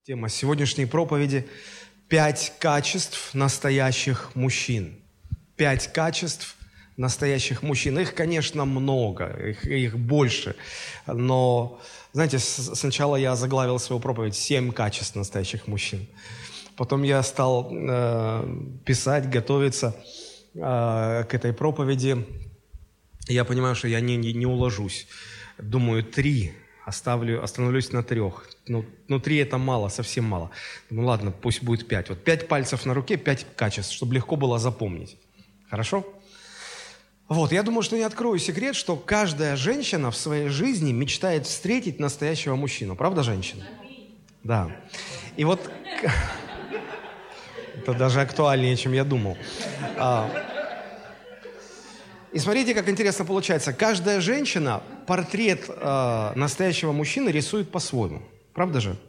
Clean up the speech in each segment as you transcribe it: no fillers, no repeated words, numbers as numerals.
Тема сегодняшней проповеди – 5 качеств настоящих мужчин. 5 качеств настоящих мужчин. Их, конечно, много, их больше. Но, знаете, сначала я заглавил свою проповедь «7 качеств настоящих мужчин». Потом я стал писать, готовиться к этой проповеди. Я понимаю, что я не уложусь. Думаю, 3. Остановлюсь на 3. Ну, 3 это мало, совсем мало. Ну ладно, пусть будет 5. Вот 5 пальцев на руке, 5 качеств, чтобы легко было запомнить. Хорошо? Вот, я думаю, что не открою секрет, что каждая женщина в своей жизни мечтает встретить настоящего мужчину. Правда, женщина? Да. И вот это даже актуальнее, чем я думал. И смотрите, как интересно получается. Каждая женщина портрет настоящего мужчины рисует по-своему. Правда же?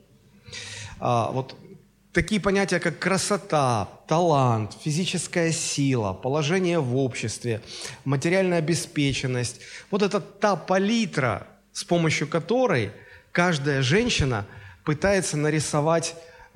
Вот такие понятия, как красота, талант, физическая сила, положение в обществе, материальная обеспеченность. Вот это та палитра, с помощью которой каждая женщина пытается нарисовать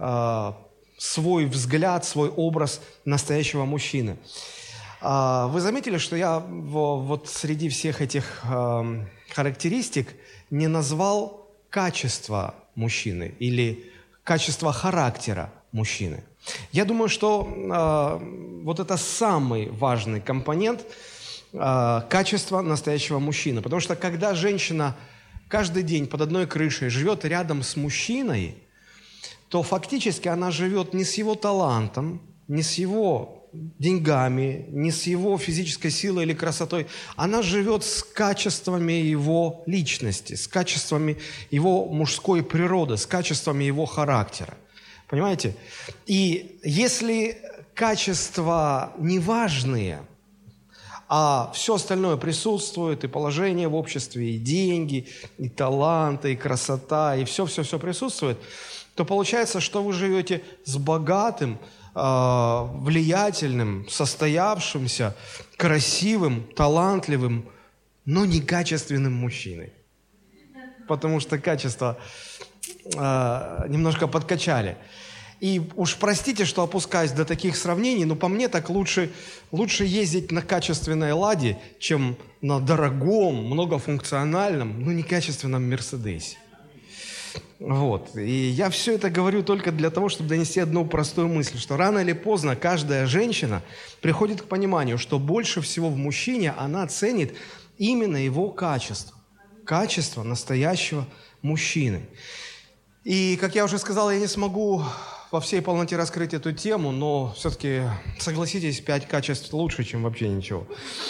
свой взгляд, свой образ настоящего мужчины. Вы заметили, что я вот среди всех этих характеристик не назвал качество мужчины или качество характера мужчины. Я думаю, что вот это самый важный компонент качества настоящего мужчины. Потому что когда женщина каждый день под одной крышей живет рядом с мужчиной, то фактически она живет не с его талантом, не с его деньгами, не с его физической силой или красотой. Она живет с качествами его личности, с качествами его мужской природы, с качествами его характера. Понимаете? И если качества неважные, а все остальное присутствует, и положение в обществе, и деньги, и таланты, и красота, и все-все-все присутствует, то получается, что вы живете с богатым, влиятельным, состоявшимся, красивым, талантливым, но некачественным мужчиной. Потому что качества немножко подкачали. И уж простите, что опускаюсь до таких сравнений, но по мне так лучше ездить на качественной «Ладе», чем на дорогом, многофункциональном, но некачественном «Мерседесе». Вот. И я все это говорю только для того, чтобы донести одну простую мысль, что рано или поздно каждая женщина приходит к пониманию, что больше всего в мужчине она ценит именно его качество. Качество настоящего мужчины. И, как я уже сказал, я не смогу во всей полноте раскрыть эту тему, но все-таки, согласитесь, 5 качеств лучше, чем вообще ничего.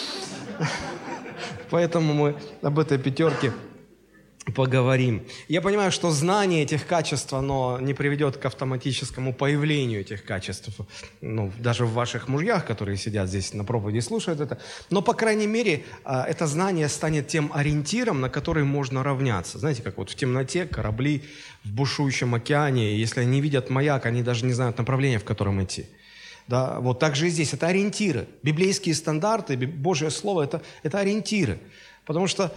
Поэтому мы об этой 5 поговорим. Я понимаю, что знание этих качеств, оно не приведет к автоматическому появлению этих качеств, даже в ваших мужьях, которые сидят здесь на проповеди и слушают это. Но, по крайней мере, это знание станет тем ориентиром, на который можно равняться. Знаете, как вот в темноте корабли в бушующем океане, если они видят маяк, они даже не знают направления, в котором идти. Да, вот так же и здесь. Это ориентиры. Библейские стандарты, Божье Слово – это ориентиры. Потому что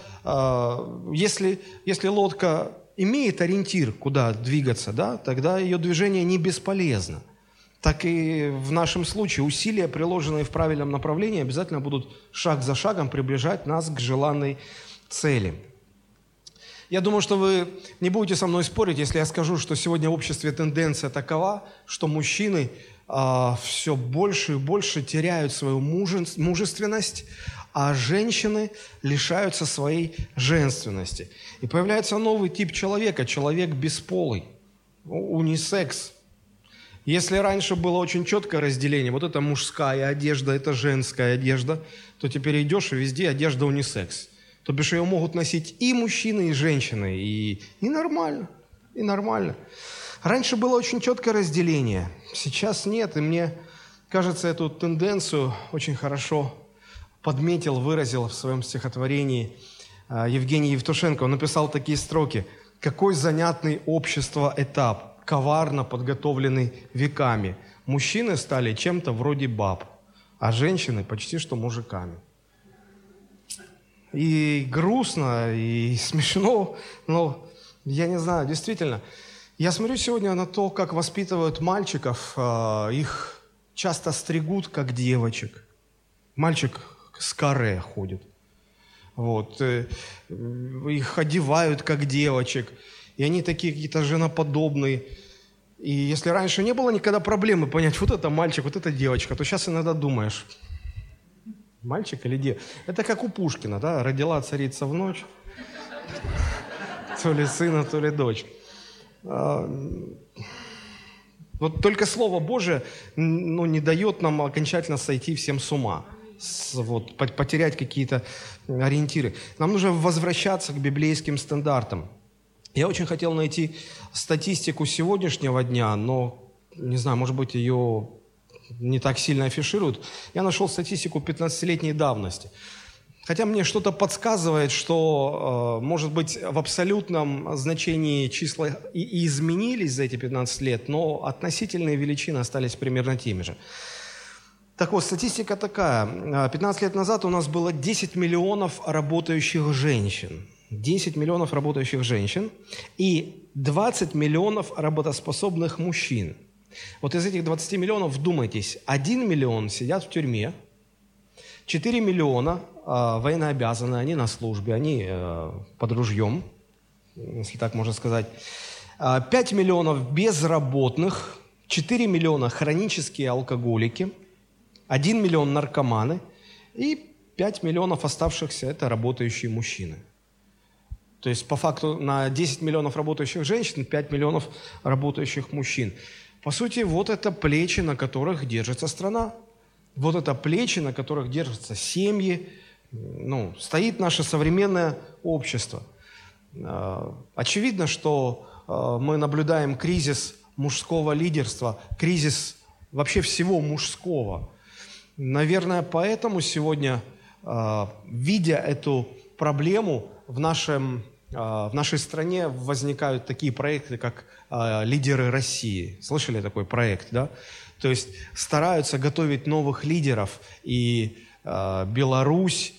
если лодка имеет ориентир, куда двигаться, да, тогда ее движение не бесполезно. Так и в нашем случае усилия, приложенные в правильном направлении, обязательно будут шаг за шагом приближать нас к желанной цели. Я думаю, что вы не будете со мной спорить, если я скажу, что сегодня в обществе тенденция такова, что мужчины все больше и больше теряют свою мужественность, а женщины лишаются своей женственности. И появляется новый тип человека, человек бесполый, унисекс. Если раньше было очень четкое разделение, вот это мужская одежда, это женская одежда, то теперь идешь, и везде одежда унисекс. То бишь ее могут носить и мужчины, и женщины, и нормально, и нормально. Раньше было очень четкое разделение, сейчас нет, и мне кажется, эту тенденцию очень хорошо подметил, выразил в своем стихотворении Евгений Евтушенко. Он написал такие строки: «Какой занятный общество этап, коварно подготовленный веками. Мужчины стали чем-то вроде баб, а женщины почти что мужиками». И грустно, и смешно, но я не знаю, действительно. Я смотрю сегодня на то, как воспитывают мальчиков. Их часто стригут, как девочек. Мальчик с каре ходит. Вот. Их одевают, как девочек. И они такие какие-то женоподобные. И если раньше не было никогда проблемы понять, вот это мальчик, вот это девочка, то сейчас иногда думаешь, мальчик или девочка? Это как у Пушкина, да? Родила царица в ночь. То ли сына, то ли дочь. Вот только Слово Божие не дает нам окончательно сойти всем с ума, потерять какие-то ориентиры. Нам нужно возвращаться к библейским стандартам. Я очень хотел найти статистику сегодняшнего дня, но, не знаю, может быть, ее не так сильно афишируют. Я нашел статистику 15-летней давности. Хотя мне что-то подсказывает, что, может быть, в абсолютном значении числа и изменились за эти 15 лет, но относительные величины остались примерно теми же. Так вот, статистика такая. 15 лет назад у нас было 10 миллионов работающих женщин. 10 миллионов работающих женщин и 20 миллионов работоспособных мужчин. Вот из этих 20 миллионов, вдумайтесь, 1 миллион сидят в тюрьме, 4 миллиона военнообязаны, они на службе, они под ружьем, если так можно сказать. 5 миллионов безработных, 4 миллиона хронические алкоголики, 1 миллион наркоманы и 5 миллионов оставшихся – это работающие мужчины. То есть, по факту, на 10 миллионов работающих женщин, 5 миллионов работающих мужчин. По сути, вот это плечи, на которых держится страна. Вот это плечи, на которых держатся семьи. Стоит наше современное общество. Очевидно, что мы наблюдаем кризис мужского лидерства, кризис вообще всего мужского. Наверное, поэтому сегодня, видя эту проблему, в нашей стране возникают такие проекты, как «Лидеры России». Слышали такой проект, да? То есть стараются готовить новых лидеров, и Беларусь,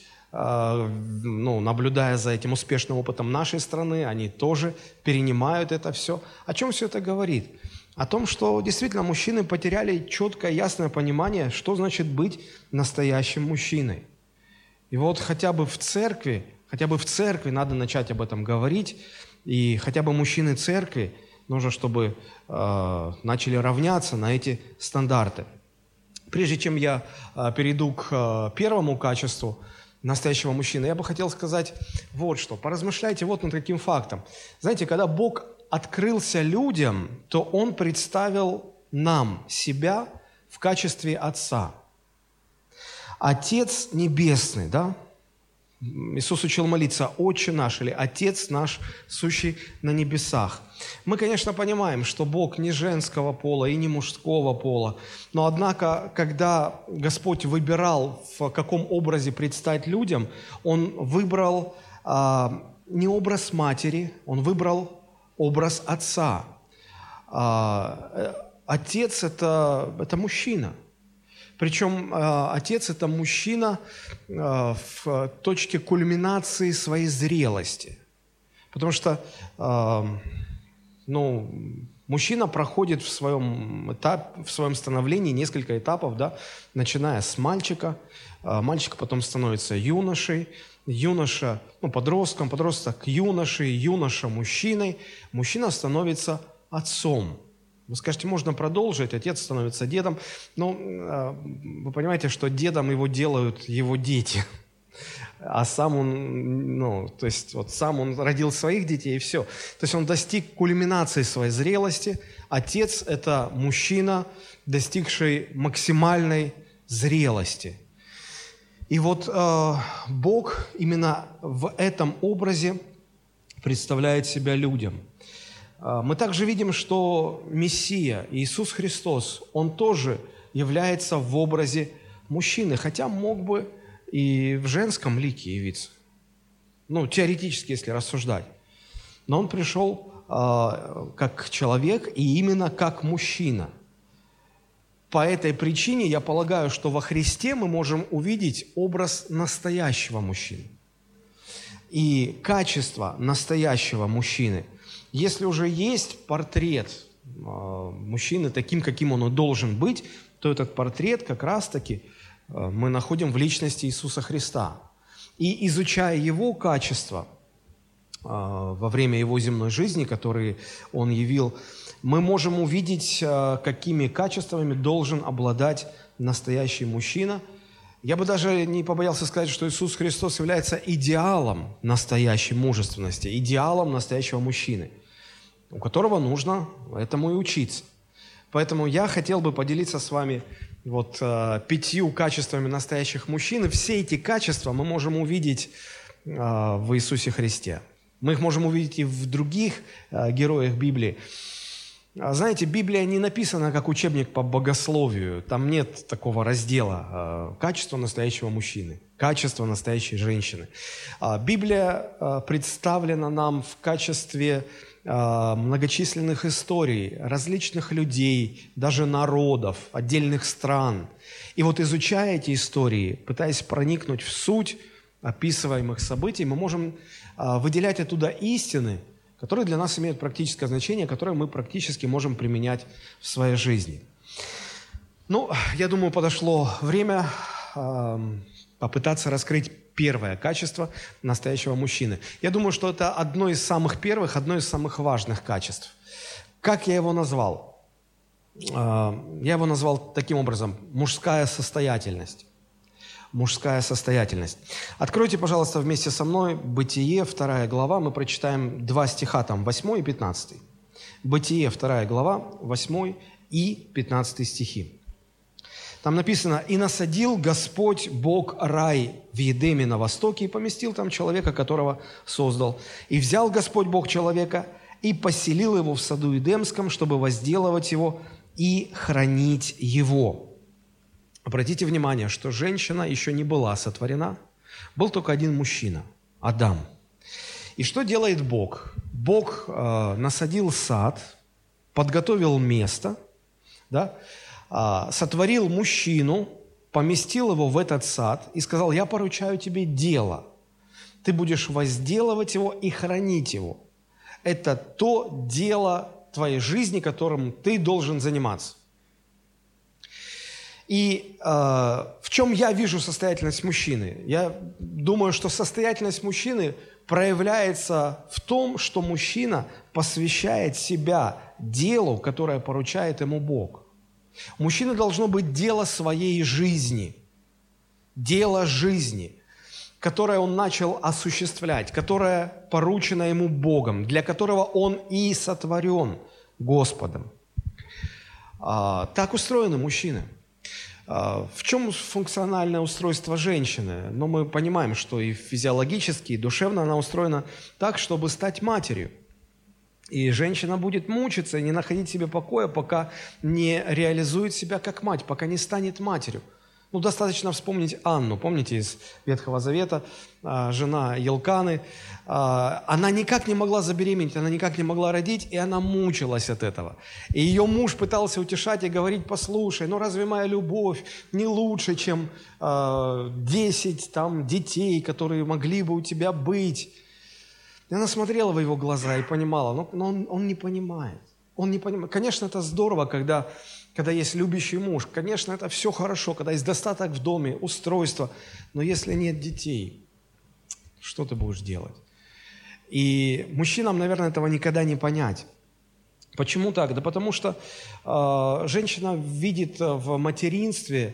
наблюдая за этим успешным опытом нашей страны, они тоже перенимают это все. О чем все это говорит? О том, что действительно мужчины потеряли четкое, ясное понимание, что значит быть настоящим мужчиной. И вот хотя бы в церкви надо начать об этом говорить, и хотя бы мужчины церкви нужно, чтобы начали равняться на эти стандарты. Прежде чем я перейду к первому качеству настоящего мужчины, я бы хотел сказать вот что. Поразмышляйте вот над таким фактом. Знаете, когда Бог открылся людям, то Он представил нам себя в качестве Отца. Отец Небесный, да? Иисус учил молиться «Отче наш» или «Отец наш, сущий на небесах». Мы, конечно, понимаем, что Бог не женского пола и не мужского пола, но однако, когда Господь выбирал, в каком образе предстать людям, Он выбрал не образ матери, Он выбрал образ Отца. Отец – это мужчина. Причем отец – это мужчина в точке кульминации своей зрелости. Потому что мужчина проходит в своем становлении несколько этапов, да, начиная с мальчика. Мальчик потом становится юношей, юноша, подростком, подросток юношей, юноша мужчиной, мужчина становится отцом. Вы скажете, можно продолжить, отец становится дедом, но вы понимаете, что дедом его делают его дети, а сам он, сам он родил своих детей и все. То есть он достиг кульминации своей зрелости. Отец – это мужчина, достигший максимальной зрелости. И вот Бог именно в этом образе представляет себя людям. Мы также видим, что Мессия, Иисус Христос, Он тоже является в образе мужчины, хотя мог бы и в женском лике явиться. Теоретически, если рассуждать. Но Он пришел как человек и именно как мужчина. По этой причине я полагаю, что во Христе мы можем увидеть образ настоящего мужчины. И качество настоящего мужчины – Если уже есть портрет мужчины таким, каким он и должен быть, то этот портрет как раз-таки мы находим в личности Иисуса Христа. И изучая Его качества во время Его земной жизни, которые Он явил, мы можем увидеть, какими качествами должен обладать настоящий мужчина. Я бы даже не побоялся сказать, что Иисус Христос является идеалом настоящей мужественности, идеалом настоящего мужчины, у которого нужно этому и учиться. Поэтому я хотел бы поделиться с вами 5 качествами настоящих мужчин. И все эти качества мы можем увидеть в Иисусе Христе. Мы их можем увидеть и в других героях Библии. Знаете, Библия не написана как учебник по богословию. Там нет такого раздела «Качество настоящего мужчины», «Качество настоящей женщины». Библия представлена нам в качестве многочисленных историй, различных людей, даже народов, отдельных стран. И изучая эти истории, пытаясь проникнуть в суть описываемых событий, мы можем выделять оттуда истины, которые для нас имеют практическое значение, которые мы практически можем применять в своей жизни. Я думаю, подошло время попытаться раскрыть первое качество настоящего мужчины. Я думаю, что это одно из самых первых, одно из самых важных качеств. Как я его назвал? Я его назвал таким образом: мужская состоятельность. Мужская состоятельность. Откройте, пожалуйста, вместе со мной Бытие, 2 глава, мы прочитаем 2 стиха, там 8 и 15. Бытие, 2 глава, 8 и 15 стихи. Там написано: «И насадил Господь Бог рай в Едеме на востоке, и поместил там человека, которого создал. И взял Господь Бог человека, и поселил его в саду Едемском, чтобы возделывать его и хранить его». Обратите внимание, что женщина еще не была сотворена, был только один мужчина – Адам. И что делает Бог? Бог насадил сад, подготовил место, сотворил мужчину, поместил его в этот сад и сказал: «Я поручаю тебе дело. Ты будешь возделывать его и хранить его. Это то дело твоей жизни, которым ты должен заниматься». И в чем я вижу состоятельность мужчины? Я думаю, что состоятельность мужчины проявляется в том, что мужчина посвящает себя делу, которое поручает ему Бог. У мужчины должно быть дело своей жизни, дело жизни, которое он начал осуществлять, которое поручено ему Богом, для которого он и сотворен Господом. Так устроены мужчины. В чем функциональное устройство женщины? Мы понимаем, что и физиологически, и душевно она устроена так, чтобы стать матерью. И женщина будет мучиться и не находить себе покоя, пока не реализует себя как мать, пока не станет матерью. Достаточно вспомнить Анну, помните, из Ветхого Завета, жена Елканы. Она никак не могла забеременеть, она никак не могла родить, и она мучилась от этого. И ее муж пытался утешать и говорить: послушай, разве моя любовь не лучше, чем 10 детей, которые могли бы у тебя быть? И она смотрела в его глаза и понимала, но он не понимает. Он не понимает. Конечно, это здорово, когда есть любящий муж. Конечно, это все хорошо, когда есть достаток в доме, устройство. Но если нет детей, что ты будешь делать? И мужчинам, наверное, этого никогда не понять. Почему так? Да потому что женщина видит в материнстве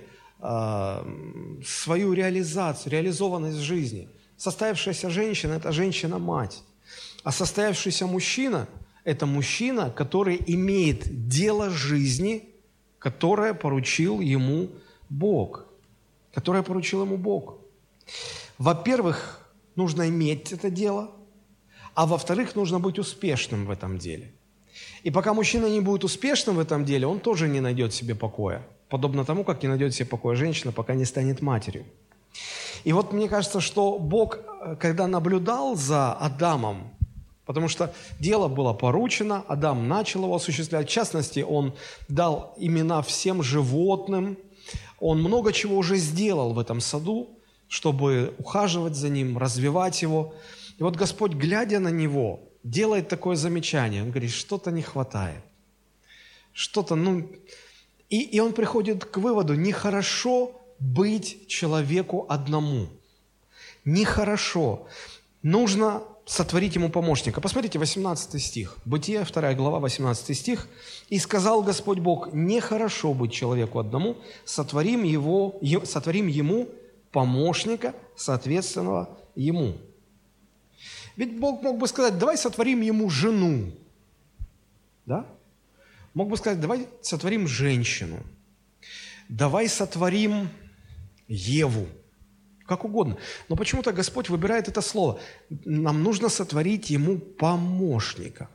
свою реализацию, реализованность жизни. Состоявшаяся женщина – это женщина-мать. А состоявшийся мужчина – это мужчина, который имеет дело жизни, которое поручил ему Бог. Которое поручил ему Бог. Во-первых, нужно иметь это дело, а во-вторых, нужно быть успешным в этом деле. И пока мужчина не будет успешным в этом деле, он тоже не найдет себе покоя. Подобно тому, как не найдет себе покоя женщина, пока не станет матерью. И мне кажется, что Бог, когда наблюдал за Адамом, потому что дело было поручено, Адам начал его осуществлять. В частности, он дал имена всем животным. Он много чего уже сделал в этом саду, чтобы ухаживать за ним, развивать его. И Господь, глядя на него, делает такое замечание. Он говорит, что-то не хватает. Что-то, И он приходит к выводу, нехорошо быть человеку одному. Нехорошо. Нужно сотворить ему помощника. Посмотрите, 18 стих. Бытие, 2 глава, 18 стих. «И сказал Господь Бог, нехорошо быть человеку одному, сотворим ему помощника, соответственного ему». Ведь Бог мог бы сказать, давай сотворим ему жену. Да? Мог бы сказать, давай сотворим женщину. Давай сотворим Еву. Как угодно. Но почему-то Господь выбирает это слово. Нам нужно сотворить ему помощника.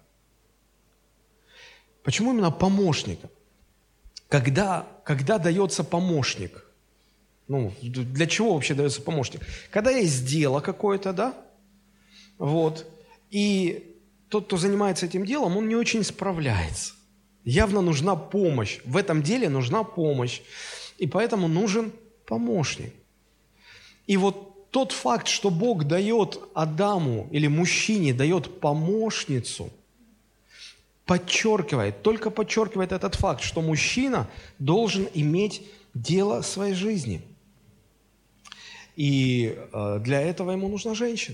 Почему именно помощника? Когда дается помощник? Для чего вообще дается помощник? Когда есть дело какое-то, да? И тот, кто занимается этим делом, он не очень справляется. Явно нужна помощь. В этом деле нужна помощь. И поэтому нужен помощник. И вот тот факт, что Бог дает Адаму или мужчине, дает помощницу, только подчеркивает этот факт, что мужчина должен иметь дело своей жизни. И для этого ему нужна женщина.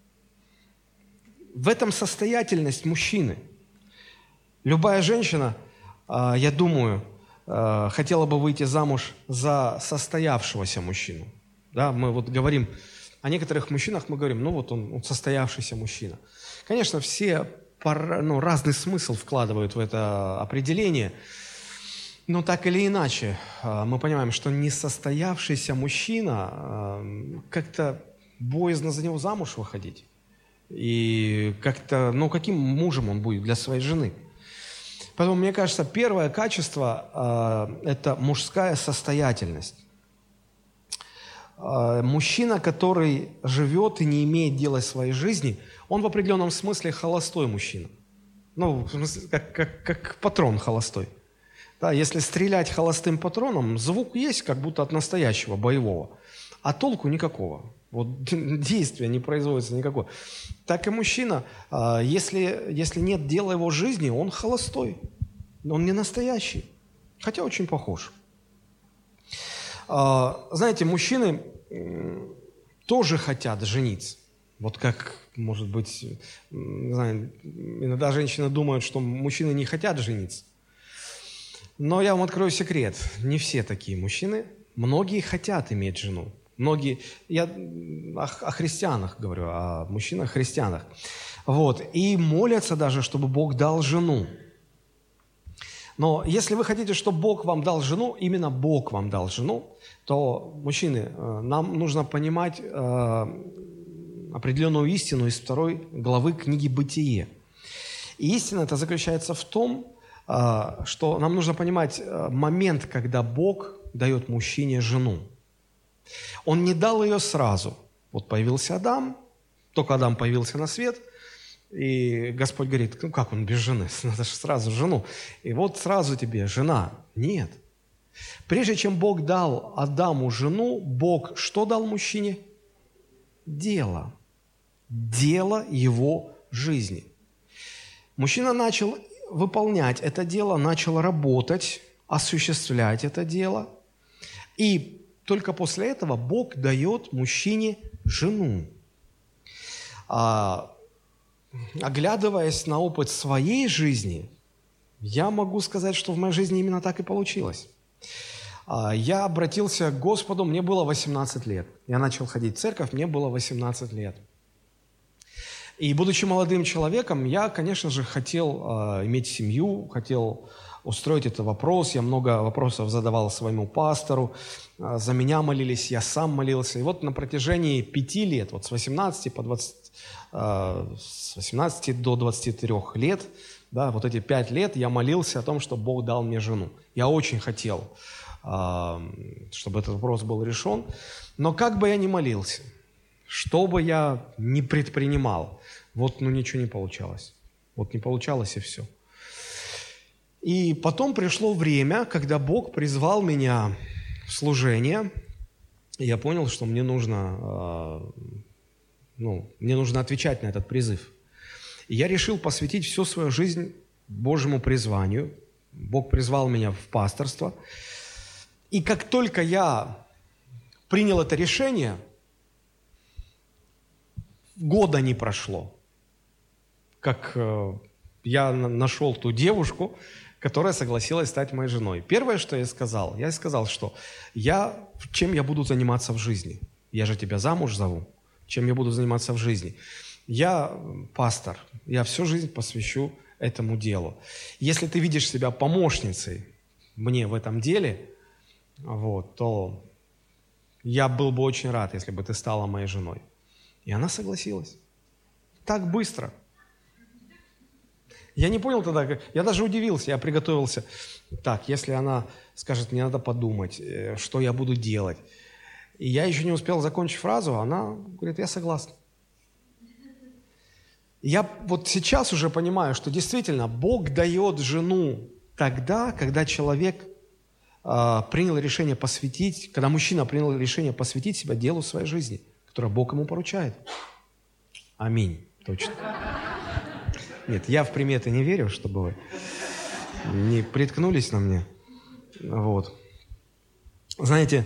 В этом состоятельность мужчины. Любая женщина, я думаю, хотела бы выйти замуж за состоявшегося мужчину. Да, мы говорим о некоторых мужчинах, мы говорим, он состоявшийся мужчина. Конечно, все разный смысл вкладывают в это определение, но так или иначе мы понимаем, что несостоявшийся мужчина как-то боязно за него замуж выходить. И как-то, каким мужем он будет для своей жены? Поэтому, мне кажется, первое качество – это мужская состоятельность. Мужчина, который живет и не имеет дела в своей жизни, он в определенном смысле холостой мужчина. Как патрон холостой. Да, если стрелять холостым патроном, звук есть, как будто от настоящего, боевого, а толку никакого. Действия не производится никакого. Так и мужчина, если нет дела его жизни, он холостой. Он не настоящий, хотя очень похож. Знаете, мужчины тоже хотят жениться. Как, может быть, не знаю, иногда женщины думают, что мужчины не хотят жениться. Но я вам открою секрет. Не все такие мужчины. Многие хотят иметь жену. Я о христианах говорю, о мужчинах-христианах. И молятся даже, чтобы Бог дал жену. Но если вы хотите, чтобы Бог вам дал жену, именно Бог вам дал жену, то, мужчины, нам нужно понимать определенную истину из 2 главы книги «Бытие». И истина эта заключается в том, что нам нужно понимать момент, когда Бог дает мужчине жену. Он не дал ее сразу. Появился Адам, только Адам появился на свет, и Господь говорит, как он без жены? Надо же сразу жену. И сразу тебе жена. Нет. Прежде чем Бог дал Адаму жену, Бог что дал мужчине? Дело. Дело его жизни. Мужчина начал выполнять это дело, начал работать, осуществлять это дело. И только после этого Бог дает мужчине жену. Оглядываясь на опыт своей жизни, я могу сказать, что в моей жизни именно так и получилось. Я обратился к Господу, мне было 18 лет. Я начал ходить в церковь, мне было 18 лет. И будучи молодым человеком, я, конечно же, хотел иметь семью, хотел устроить этот вопрос. Я много вопросов задавал своему пастору, за меня молились, я сам молился. И на протяжении 5 лет, с 18 до 23 лет, да, эти 5 лет я молился о том, чтобы Бог дал мне жену. Я очень хотел, чтобы этот вопрос был решен. Но как бы я ни молился, что бы я ни предпринимал, ничего не получалось. Не получалось и все. И потом пришло время, когда Бог призвал меня в служение, и я понял, что мне нужно отвечать на этот призыв. И я решил посвятить всю свою жизнь Божьему призванию. Бог призвал меня в пасторство. И как только я принял это решение, года не прошло, как я нашел ту девушку, которая согласилась стать моей женой. Первое, что я сказал, что чем я буду заниматься в жизни? Я же тебя замуж зову. Чем я буду заниматься в жизни? Я пастор, я всю жизнь посвящу этому делу. Если ты видишь себя помощницей мне в этом деле, то я был бы очень рад, если бы ты стала моей женой. И она согласилась. Так быстро. Я не понял тогда, я даже удивился, я приготовился. Так, если она скажет, мне надо подумать, что я буду делать. И я еще не успел закончить фразу, она говорит, я согласна. Я вот сейчас уже понимаю, что действительно Бог дает жену тогда, когда человек принял решение посвятить, когда мужчина принял решение посвятить себя делу своей жизни, которое Бог ему поручает. Аминь. Точно. Нет, я в приметы не верю, чтобы вы не приткнулись на мне. Знаете,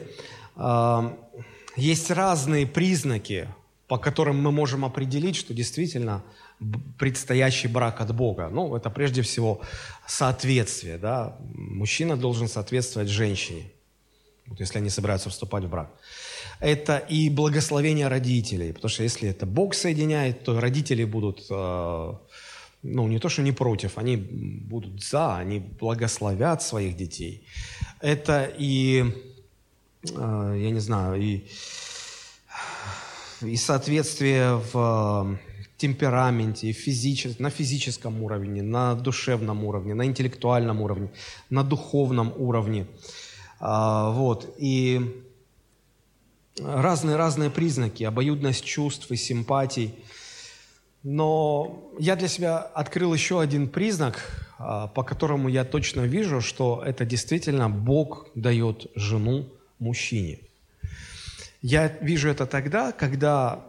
есть разные признаки, по которым мы можем определить, что действительно предстоящий брак от Бога. Это прежде всего соответствие. Да? Мужчина должен соответствовать женщине, если они собираются вступать в брак. Это и благословение родителей, потому что если это Бог соединяет, то родители будут, не то что не против, они будут за, они благословят своих детей. Это и, я не знаю, и соответствие в темпераменте, и на физическом уровне, на душевном уровне, на интеллектуальном уровне, на духовном уровне. И разные признаки, обоюдность чувств и симпатий. Но я для себя открыл еще один признак, по которому я точно вижу, что это действительно Бог дает жену мужчине. Я вижу это тогда, когда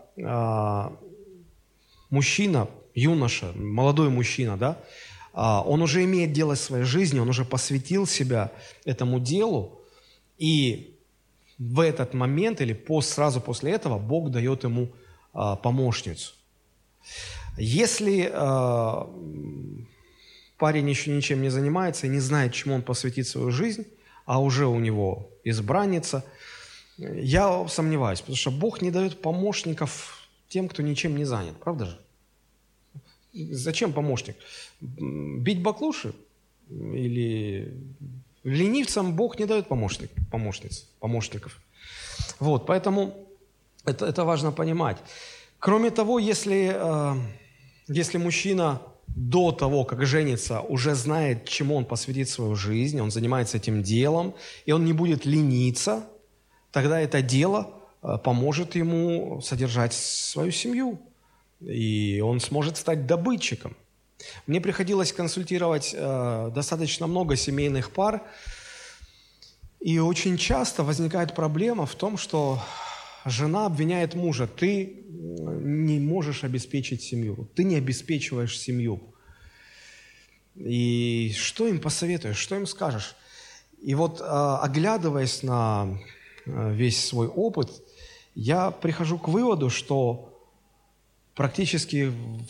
мужчина, юноша, молодой мужчина, да, он уже имеет дело в своей жизни, он уже посвятил себя этому делу, и в этот момент или сразу после этого Бог дает ему помощницу. Если парень еще ничем не занимается и не знает, чему он посвятит свою жизнь, а уже у него избранница, я сомневаюсь, потому что Бог не дает помощников тем, кто ничем не занят, правда же? Зачем помощник? Бить баклуши? Или ленивцам Бог не дает помощников. Поэтому это важно понимать. Кроме того, если мужчина до того, как женится, уже знает, чему он посвятит свою жизнь, он занимается этим делом, и он не будет лениться, тогда это дело поможет ему содержать свою семью, и он сможет стать добытчиком. Мне приходилось консультировать достаточно много семейных пар, и очень часто возникает проблема в том, что жена обвиняет мужа: ты не можешь обеспечить семью, ты не обеспечиваешь семью. И что им посоветуешь, что им скажешь? И оглядываясь на весь свой опыт, я прихожу к выводу, что практически в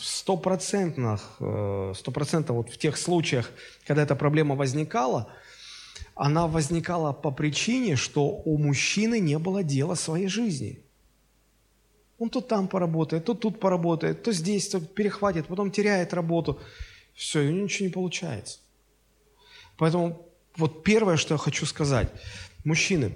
100% в тех случаях, когда эта проблема возникала, она возникала по причине, что у мужчины не было дела своей жизни. Он то там поработает, то тут поработает, то здесь, то перехватит, потом теряет работу. Все, и ничего не получается. Поэтому первое, что я хочу сказать. Мужчины,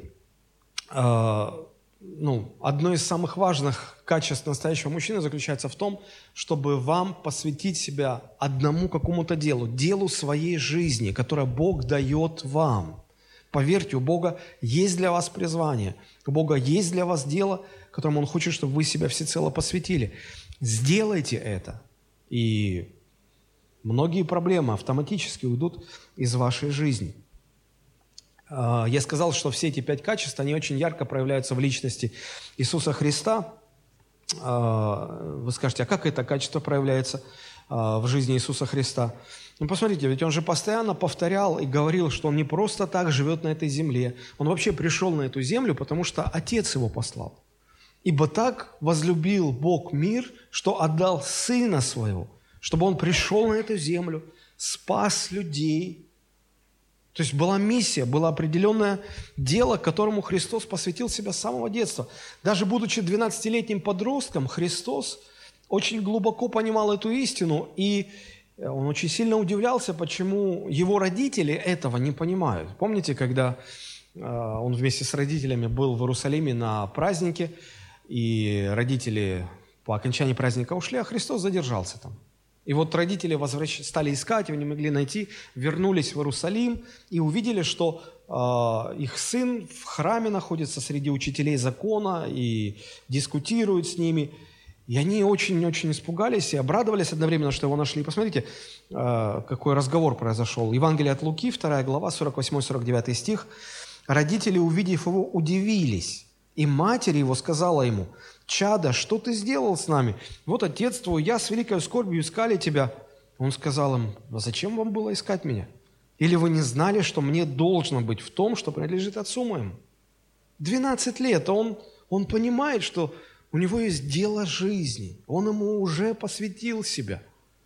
одно из самых важных качеств настоящего мужчины заключается в том, чтобы вам посвятить себя одному какому-то делу своей жизни, которое Бог дает вам. Поверьте, у Бога есть для вас призвание, у Бога есть для вас дело, которому Он хочет, чтобы вы себя всецело посвятили. Сделайте это, и многие проблемы автоматически уйдут из вашей жизни. Я сказал, что все эти 5 качеств, они очень ярко проявляются в личности Иисуса Христа. Вы скажете, а как это качество проявляется? в жизни Иисуса Христа. Ну, посмотрите, ведь Он же постоянно повторял и говорил, что Он не просто так живет на этой земле. Он вообще пришел на эту землю, потому что Отец Его послал. «Ибо так возлюбил Бог мир, что отдал Сына Своего, чтобы Он пришел на эту землю, спас людей». То есть была миссия, было определенное дело, которому Христос посвятил себя с самого детства. Даже будучи 12-летним подростком, Христос очень глубоко понимал эту истину, и Он очень сильно удивлялся, почему Его родители этого не понимают. Помните, когда Он вместе с родителями был в Иерусалиме на празднике, и родители по окончании праздника ушли, а Христос задержался там. И вот родители стали искать, его не могли найти, вернулись в Иерусалим и увидели, что их сын в храме находится среди учителей закона и дискутирует с ними. И они очень-очень испугались и обрадовались одновременно, что его нашли. Посмотрите, какой разговор произошел. Евангелие от Луки, 2 глава, 48-49 стих. «Родители, увидев его, удивились, и матерь его сказала ему: „Чадо, что ты сделал с нами? Вот отец твой, я с великой скорбью искали тебя“. Он сказал им: „А зачем вам было искать меня? Или вы не знали, что мне должно быть в том, что принадлежит отцу моему?“ 12 лет, он понимает, что у него есть дело жизни, он ему уже посвятил себя.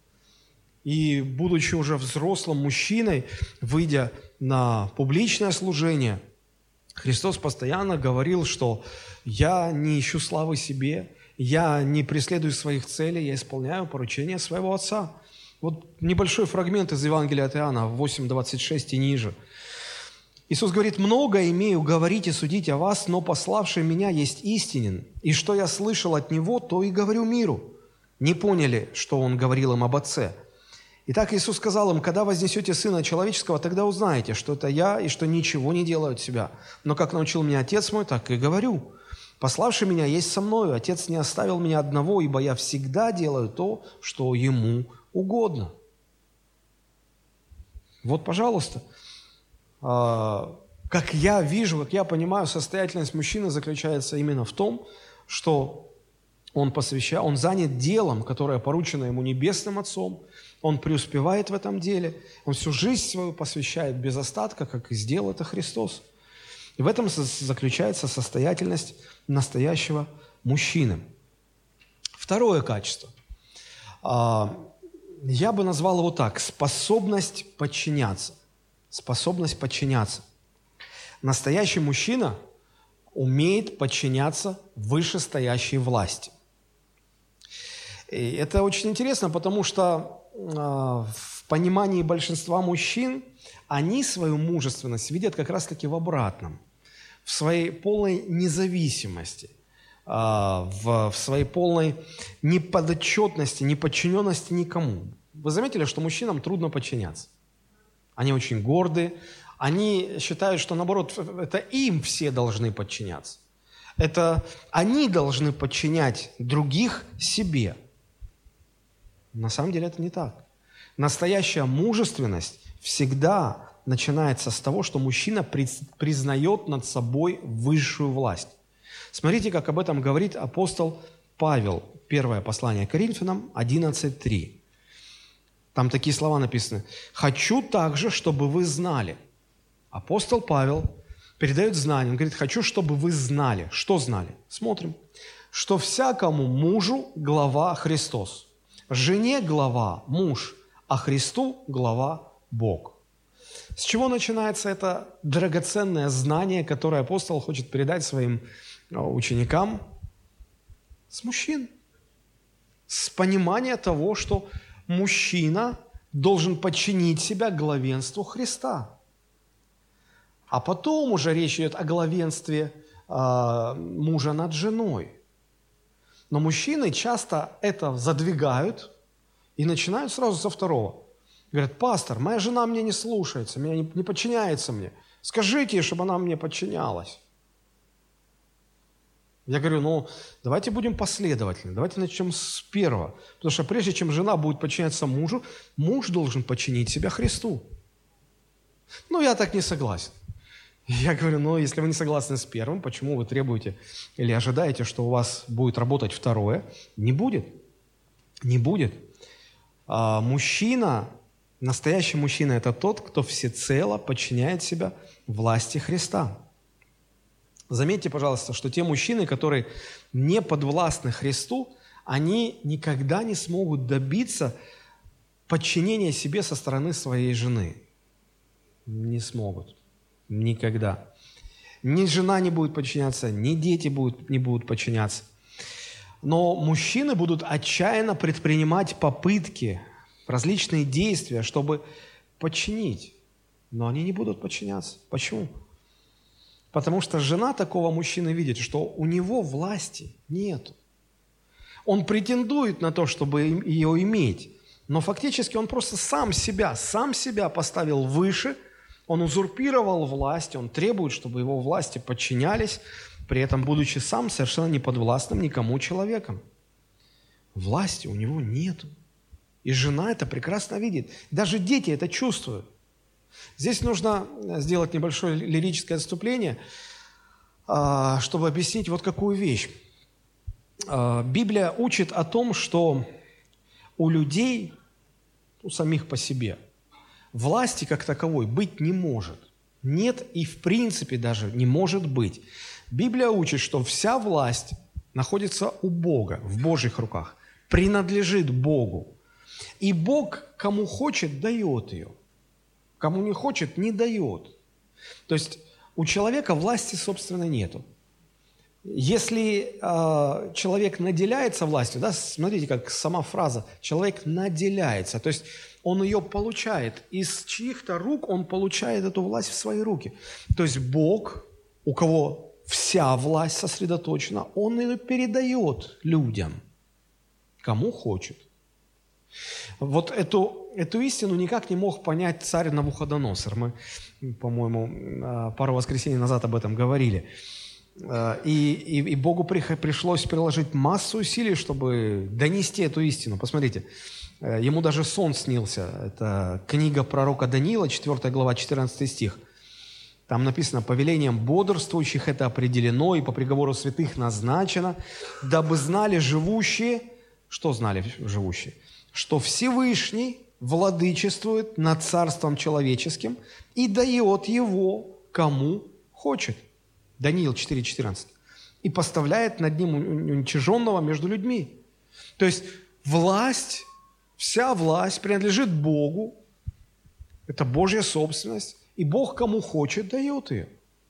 И, будучи уже взрослым мужчиной, выйдя на публичное служение, Христос постоянно говорил, что «я не ищу славы себе, я не преследую своих целей, я исполняю поручения своего Отца». Вот небольшой фрагмент из Евангелия от Иоанна, 8:26 и ниже. Иисус говорит: «Много имею говорить и судить о вас, но пославший меня есть истинен, и что я слышал от Него, то и говорю миру». Не поняли, что Он говорил им об Отце. Итак, Иисус сказал им: «Когда вознесете Сына Человеческого, тогда узнаете, что это Я, и что ничего не делаю от себя. Но как научил меня Отец мой, так и говорю. Пославший меня есть со мною, Отец не оставил меня одного, ибо я всегда делаю то, что Ему угодно». Вот, пожалуйста, как я вижу, как я понимаю, состоятельность мужчины заключается именно в том, что он занят делом, которое поручено ему Небесным Отцом, он преуспевает в этом деле, он всю жизнь свою посвящает без остатка, как и сделал это Христос. И в этом заключается состоятельность настоящего мужчины. Второе качество. Я бы назвал его так: способность подчиняться. Способность подчиняться. Настоящий мужчина умеет подчиняться вышестоящей власти. И это очень интересно, потому что в понимании большинства мужчин они свою мужественность видят как раз-таки в обратном, в своей полной независимости, в своей полной неподотчетности, неподчиненности никому. Вы заметили, что мужчинам трудно подчиняться? Они очень горды, они считают, что, наоборот, это им все должны подчиняться. Это они должны подчинять других себе. На самом деле это не так. Настоящая мужественность всегда начинается с того, что мужчина признает над собой высшую власть. Смотрите, как об этом говорит апостол Павел. Первое послание к Коринфянам 11:3. Там такие слова написаны: «Хочу также, чтобы вы знали». Апостол Павел передает знание. Он говорит: «Хочу, чтобы вы знали». Что знали? Смотрим. «Что всякому мужу глава Христос, жене глава муж, а Христу глава Бог». С чего начинается это драгоценное знание, которое апостол хочет передать своим ученикам? С мужчин. С понимания того, что мужчина должен подчинить себя главенству Христа. А потом уже речь идет о главенстве мужа над женой. Но мужчины часто это задвигают и начинают сразу со второго. Говорят: «Пастор, моя жена меня не слушается, меня не подчиняется мне. Скажите ей, чтобы она мне подчинялась». Я говорю: давайте будем последовательны, давайте начнем с первого. Потому что прежде чем жена будет подчиняться мужу, муж должен подчинить себя Христу. Я так не согласен. Я говорю: если вы не согласны с первым, почему вы требуете или ожидаете, что у вас будет работать второе? Не будет. Не будет. Мужчина, настоящий мужчина – это тот, кто всецело подчиняет себя власти Христа. Заметьте, пожалуйста, что те мужчины, которые не подвластны Христу, они никогда не смогут добиться подчинения себе со стороны своей жены. Не смогут. Никогда. Ни жена не будет подчиняться, ни дети не будут подчиняться. Но мужчины будут отчаянно предпринимать попытки, различные действия, чтобы подчинить. Но они не будут подчиняться. Почему? Потому что жена такого мужчины видит, что у него власти нет. Он претендует на то, чтобы ее иметь, но фактически он просто сам себя поставил выше, он узурпировал власть, он требует, чтобы его власти подчинялись, при этом будучи сам совершенно неподвластным никому человеком. Власти у него нету. И жена это прекрасно видит. Даже дети это чувствуют. Здесь нужно сделать небольшое лирическое отступление, чтобы объяснить вот какую вещь. Библия учит о том, что у людей, у самих по себе, власти как таковой быть не может. Нет и в принципе даже не может быть. Библия учит, что вся власть находится у Бога, в Божьих руках, принадлежит Богу. И Бог, кому хочет, дает ее. Кому не хочет, не дает. То есть у человека власти, собственно, нету. Если человек наделяется властью, да, смотрите, как сама фраза, человек наделяется, то есть он ее получает, из чьих-то рук он получает эту власть в свои руки. То есть Бог, у кого вся власть сосредоточена, он ее передает людям, кому хочет. Вот эту истину никак не мог понять царь Навуходоносор. Мы, по-моему, пару воскресений назад об этом говорили. И Богу пришлось приложить массу усилий, чтобы донести эту истину. Посмотрите, ему даже сон снился. Это книга пророка Даниила, 4 глава, 14 стих. Там написано: «Повелением бодрствующих это определено, и по приговору святых назначено, дабы знали живущие». Что знали живущие? Что Всевышний владычествует над царством человеческим и дает его кому хочет. Даниил 4:14. И поставляет над ним уничиженного между людьми. То есть власть, вся власть принадлежит Богу. Это Божья собственность. И Бог кому хочет дает ее.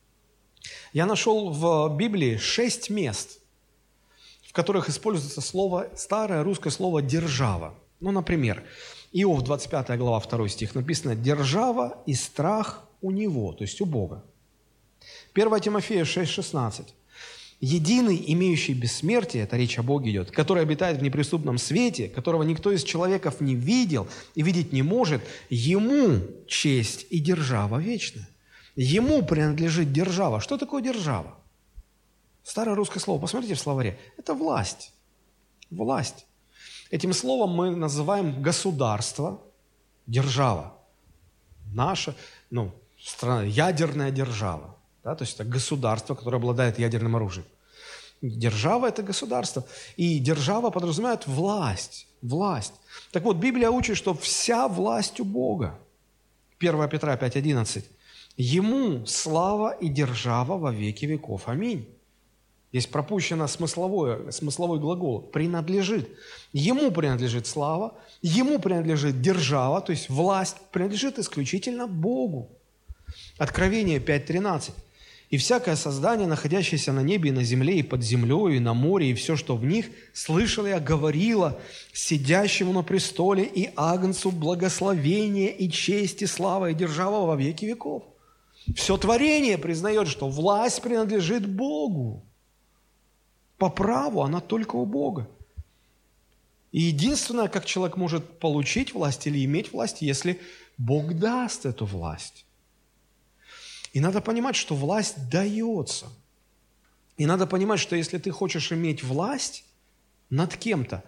Я нашел в Библии 6 мест, в которых используется слово, старое русское слово «держава». Ну, например, Иов 25 глава 2 стих написано: «Держава и страх у него», то есть у Бога. 1 Тимофея 6:16. «Единый, имеющий бессмертие», это речь о Боге идет, «который обитает в неприступном свете, которого никто из человеков не видел и видеть не может, ему честь и держава вечная». Ему принадлежит держава. Что такое держава? Старое русское слово, посмотрите в словаре. Это власть. Власть. Этим словом мы называем государство, держава. Наша, страна, ядерная держава. Да, то есть это государство, которое обладает ядерным оружием. Держава – это государство. И держава подразумевает власть. Власть. Так вот, Библия учит, что вся власть у Бога. 1 Петра 5:11. «Ему слава и держава во веки веков. Аминь». Здесь пропущено смысловой глагол «принадлежит». Ему принадлежит слава, ему принадлежит держава, то есть власть принадлежит исключительно Богу. Откровение 5:13. «И всякое создание, находящееся на небе и на земле, и под землей, и на море, и все, что в них, слышало я, говорило сидящему на престоле и Агнцу благословение и честь и слава и держава во веки веков». Все творение признает, что власть принадлежит Богу. По праву она только у Бога. И единственное, как человек может получить власть или иметь власть, если Бог даст эту власть. И надо понимать, что власть дается. И надо понимать, что если ты хочешь иметь власть над кем-то,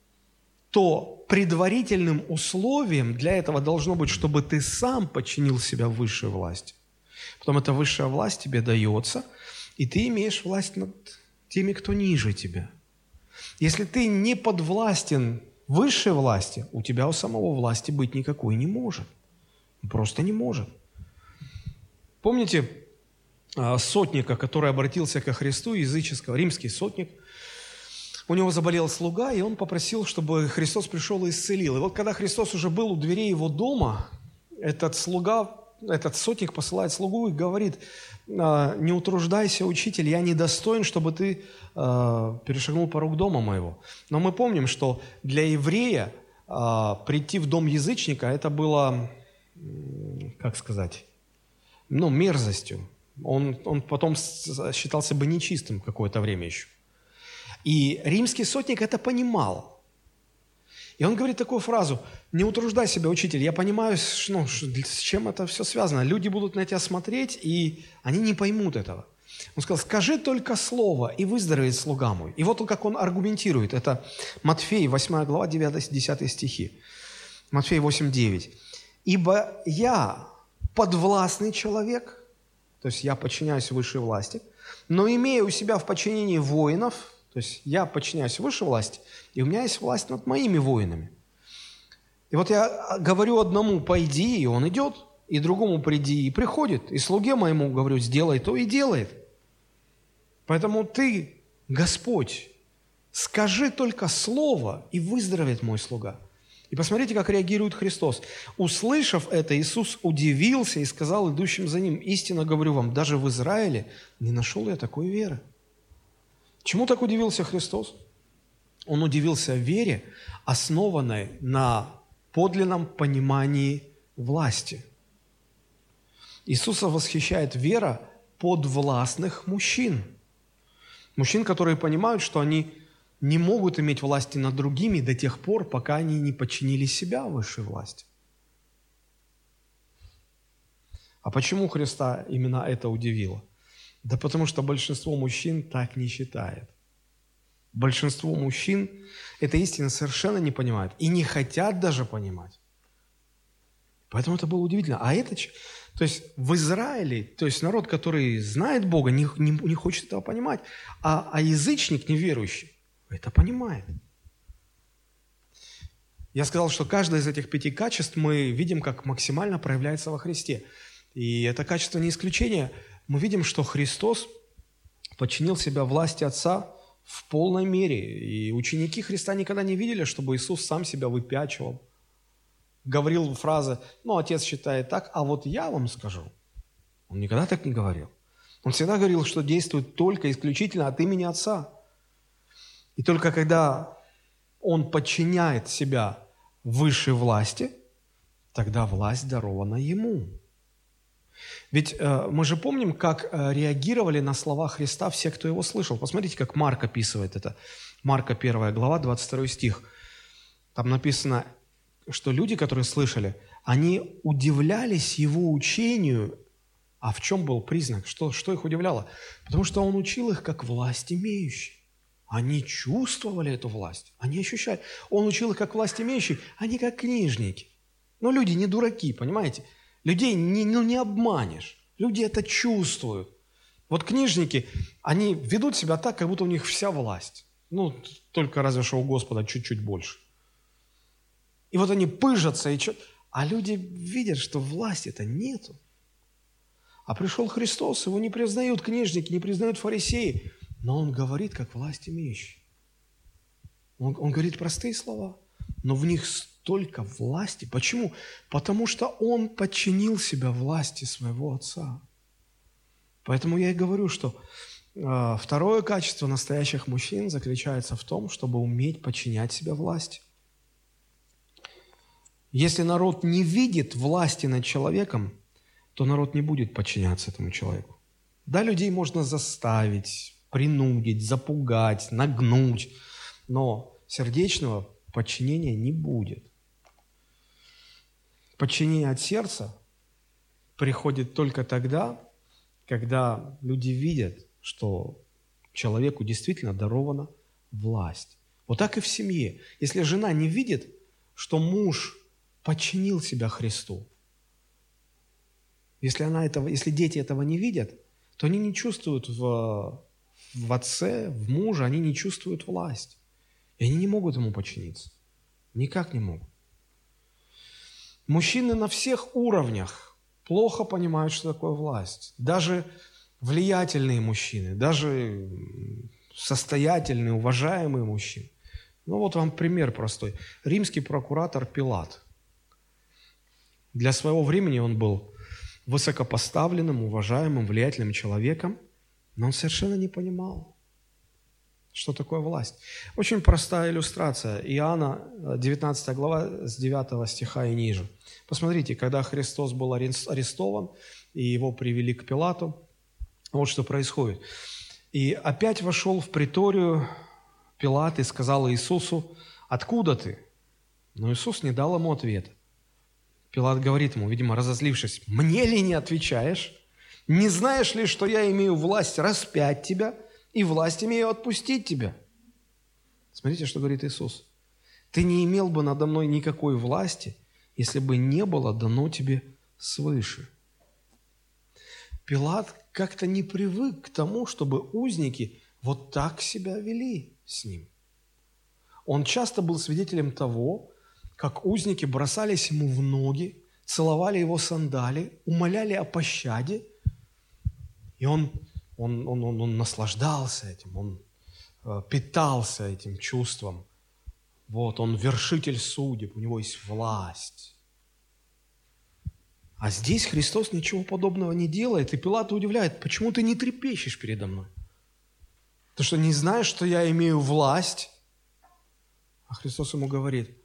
то предварительным условием для этого должно быть, чтобы ты сам подчинил себя высшей власти. Потом эта высшая власть тебе дается, и ты имеешь власть над теми, кто ниже тебя. Если ты не подвластен высшей власти у тебя у самого власти быть никакой не может. Просто не может. Помните сотника, который обратился ко Христу, языческого, римский сотник? У него заболел слуга, и он попросил, чтобы Христос пришел и исцелил. И вот когда Христос уже был у дверей его дома, этот сотник посылает слугу и говорит: не утруждайся, учитель, я недостоин, чтобы ты перешагнул порог дома моего. Но мы помним, что для еврея прийти в дом язычника, это было, как сказать, мерзостью. Он потом считался бы нечистым какое-то время еще. И римский сотник это понимал. И он говорит такую фразу: не утруждай себя, учитель, я понимаю, с чем это все связано. Люди будут на тебя смотреть, и они не поймут этого. Он сказал: скажи только слово, и выздоровеет слуга мой. И вот как он аргументирует. Это Матфея, 8 глава, 9-10 стихи. Матфея 8:9. «Ибо я подвластный человек», то есть я подчиняюсь высшей власти, «но имея у себя в подчинении воинов», то есть я подчиняюсь высшей власти, и у меня есть власть над моими воинами. И вот я говорю одному: пойди, и он идет, и другому: приди, и приходит, и слуге моему говорю: сделай то, и делает. Поэтому ты, Господь, скажи только слово, и выздоровеет мой слуга. И посмотрите, как реагирует Христос. Услышав это, Иисус удивился и сказал идущим за ним: истинно говорю вам, даже в Израиле не нашел я такой веры. Чему так удивился Христос? Он удивился вере, основанной на подлинном понимании власти. Иисуса восхищает вера подвластных мужчин. Мужчин, которые понимают, что они не могут иметь власти над другими до тех пор, пока они не подчинили себя высшей власти. А почему Христа именно это удивило? Да потому что большинство мужчин так не считает. Большинство мужчин этой истины совершенно не понимают и не хотят даже понимать. Поэтому это было удивительно. То есть в Израиле, то есть народ, который знает Бога, не хочет этого понимать, а язычник неверующий это понимает. Я сказал, что каждое из этих 5 качеств мы видим, как максимально проявляется во Христе. И это качество не исключение. Мы видим, что Христос подчинил себя власти Отца в полной мере. И ученики Христа никогда не видели, чтобы Иисус сам себя выпячивал. Говорил фразы: Отец считает так, а вот я вам скажу. Он никогда так не говорил. Он всегда говорил, что действует только исключительно от имени Отца. И только когда Он подчиняет себя высшей власти, тогда власть дарована Ему. Ведь мы же помним, как реагировали на слова Христа все, кто Его слышал. Посмотрите, как Марк описывает это. Марка 1 глава, 22 стих. Там написано, что люди, которые слышали, они удивлялись Его учению. А в чем был признак? Что их удивляло? Потому что Он учил их как власть имеющий. Они чувствовали эту власть, они ощущали. Он учил их как власть имеющий, а не как книжники. Но люди не дураки, понимаете? Людей не обманешь. Люди это чувствуют. Вот книжники, они ведут себя так, как будто у них вся власть. Только разве что у Господа чуть-чуть больше. И вот они пыжатся, а люди видят, что власти-то нету. А пришел Христос, его не признают книжники, не признают фарисеи, но Он говорит, как власть имеющий. Он говорит простые слова, но в них столько власти. Почему? Потому что Он подчинил себя власти своего Отца. Поэтому я и говорю, что второе качество настоящих мужчин заключается в том, чтобы уметь подчинять себя власти. Если народ не видит власти над человеком, то народ не будет подчиняться этому человеку. Да, людей можно заставить, принудить, запугать, нагнуть, но сердечного подчинения не будет. Подчинение от сердца приходит только тогда, когда люди видят, что человеку действительно дарована власть. Вот так и в семье. Если жена не видит, что муж подчинил себя Христу, если дети этого не видят, то они не чувствуют в отце, в муже, они не чувствуют власть. И они не могут ему подчиниться. Никак не могут. Мужчины на всех уровнях плохо понимают, что такое власть. Даже влиятельные мужчины, даже состоятельные, уважаемые мужчины. Ну вот вам пример простой. Римский прокуратор Пилат. Для своего времени он был высокопоставленным, уважаемым, влиятельным человеком, но он совершенно не понимал, что такое власть. Очень простая иллюстрация. Иоанна, 19 глава, с 9 стиха и ниже. Посмотрите, когда Христос был арестован, и его привели к Пилату, вот что происходит. «И опять вошел в приторию Пилат и сказал Иисусу: „Откуда ты?“ Но Иисус не дал ему ответа. Пилат говорит ему, видимо, разозлившись: „Мне ли не отвечаешь? Не знаешь ли, что я имею власть распять тебя и власть имею отпустить тебя?“ Смотрите, что говорит Иисус. „Ты не имел бы надо мной никакой власти, если бы не было дано тебе свыше“. Пилат как-то не привык к тому, чтобы узники вот так себя вели с ним. Он часто был свидетелем того, как узники бросались ему в ноги, целовали его сандали, умоляли о пощаде, и он наслаждался этим, он питался этим чувством. Вот, он вершитель судеб, у него есть власть. А здесь Христос ничего подобного не делает, и Пилата удивляет: почему ты не трепещешь передо мной? Ты что, не знаешь, что я имею власть? А Христос ему говорит: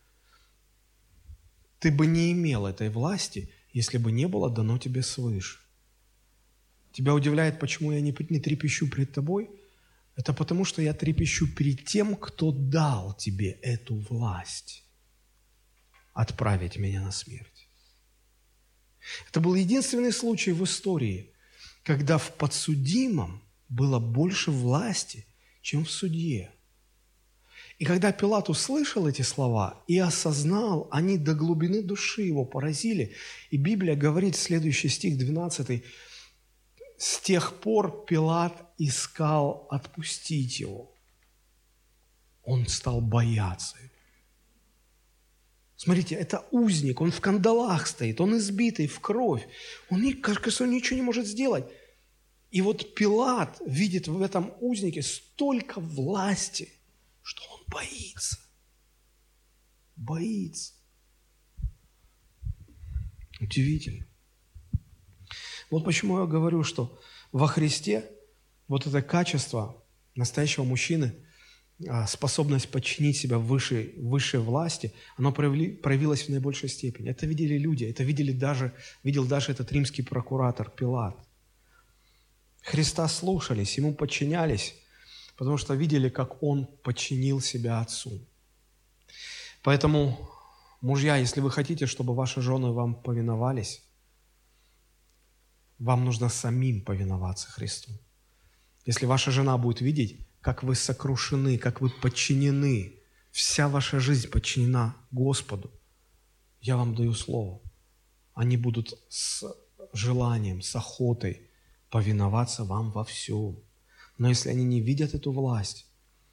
ты бы не имел этой власти, если бы не было дано тебе свыше. Тебя удивляет, почему я не трепещу перед тобой? Это потому, что я трепещу перед тем, кто дал тебе эту власть отправить меня на смерть. Это был единственный случай в истории, когда в подсудимом было больше власти, чем в судье. И когда Пилат услышал эти слова и осознал, они до глубины души его поразили. И Библия говорит, следующий стих, 12: «С тех пор Пилат искал отпустить его». Он стал бояться его. Смотрите, это узник, он в кандалах стоит, он избитый, в кровь. Кажется, он ничего не может сделать. И вот Пилат видит в этом узнике столько власти, что он боится. Боится. Удивительно. Вот почему я говорю, что во Христе вот это качество настоящего мужчины, способность подчинить себя высшей власти, оно проявилось в наибольшей степени. Это видели люди, это видел даже этот римский прокуратор Пилат. Христа слушались, ему подчинялись, потому что видели, как он подчинил себя Отцу. Поэтому, мужья, если вы хотите, чтобы ваши жены вам повиновались, вам нужно самим повиноваться Христу. Если ваша жена будет видеть, как вы сокрушены, как вы подчинены, вся ваша жизнь подчинена Господу, я вам даю слово, они будут с желанием, с охотой повиноваться вам во всем. Но если они не видят эту власть,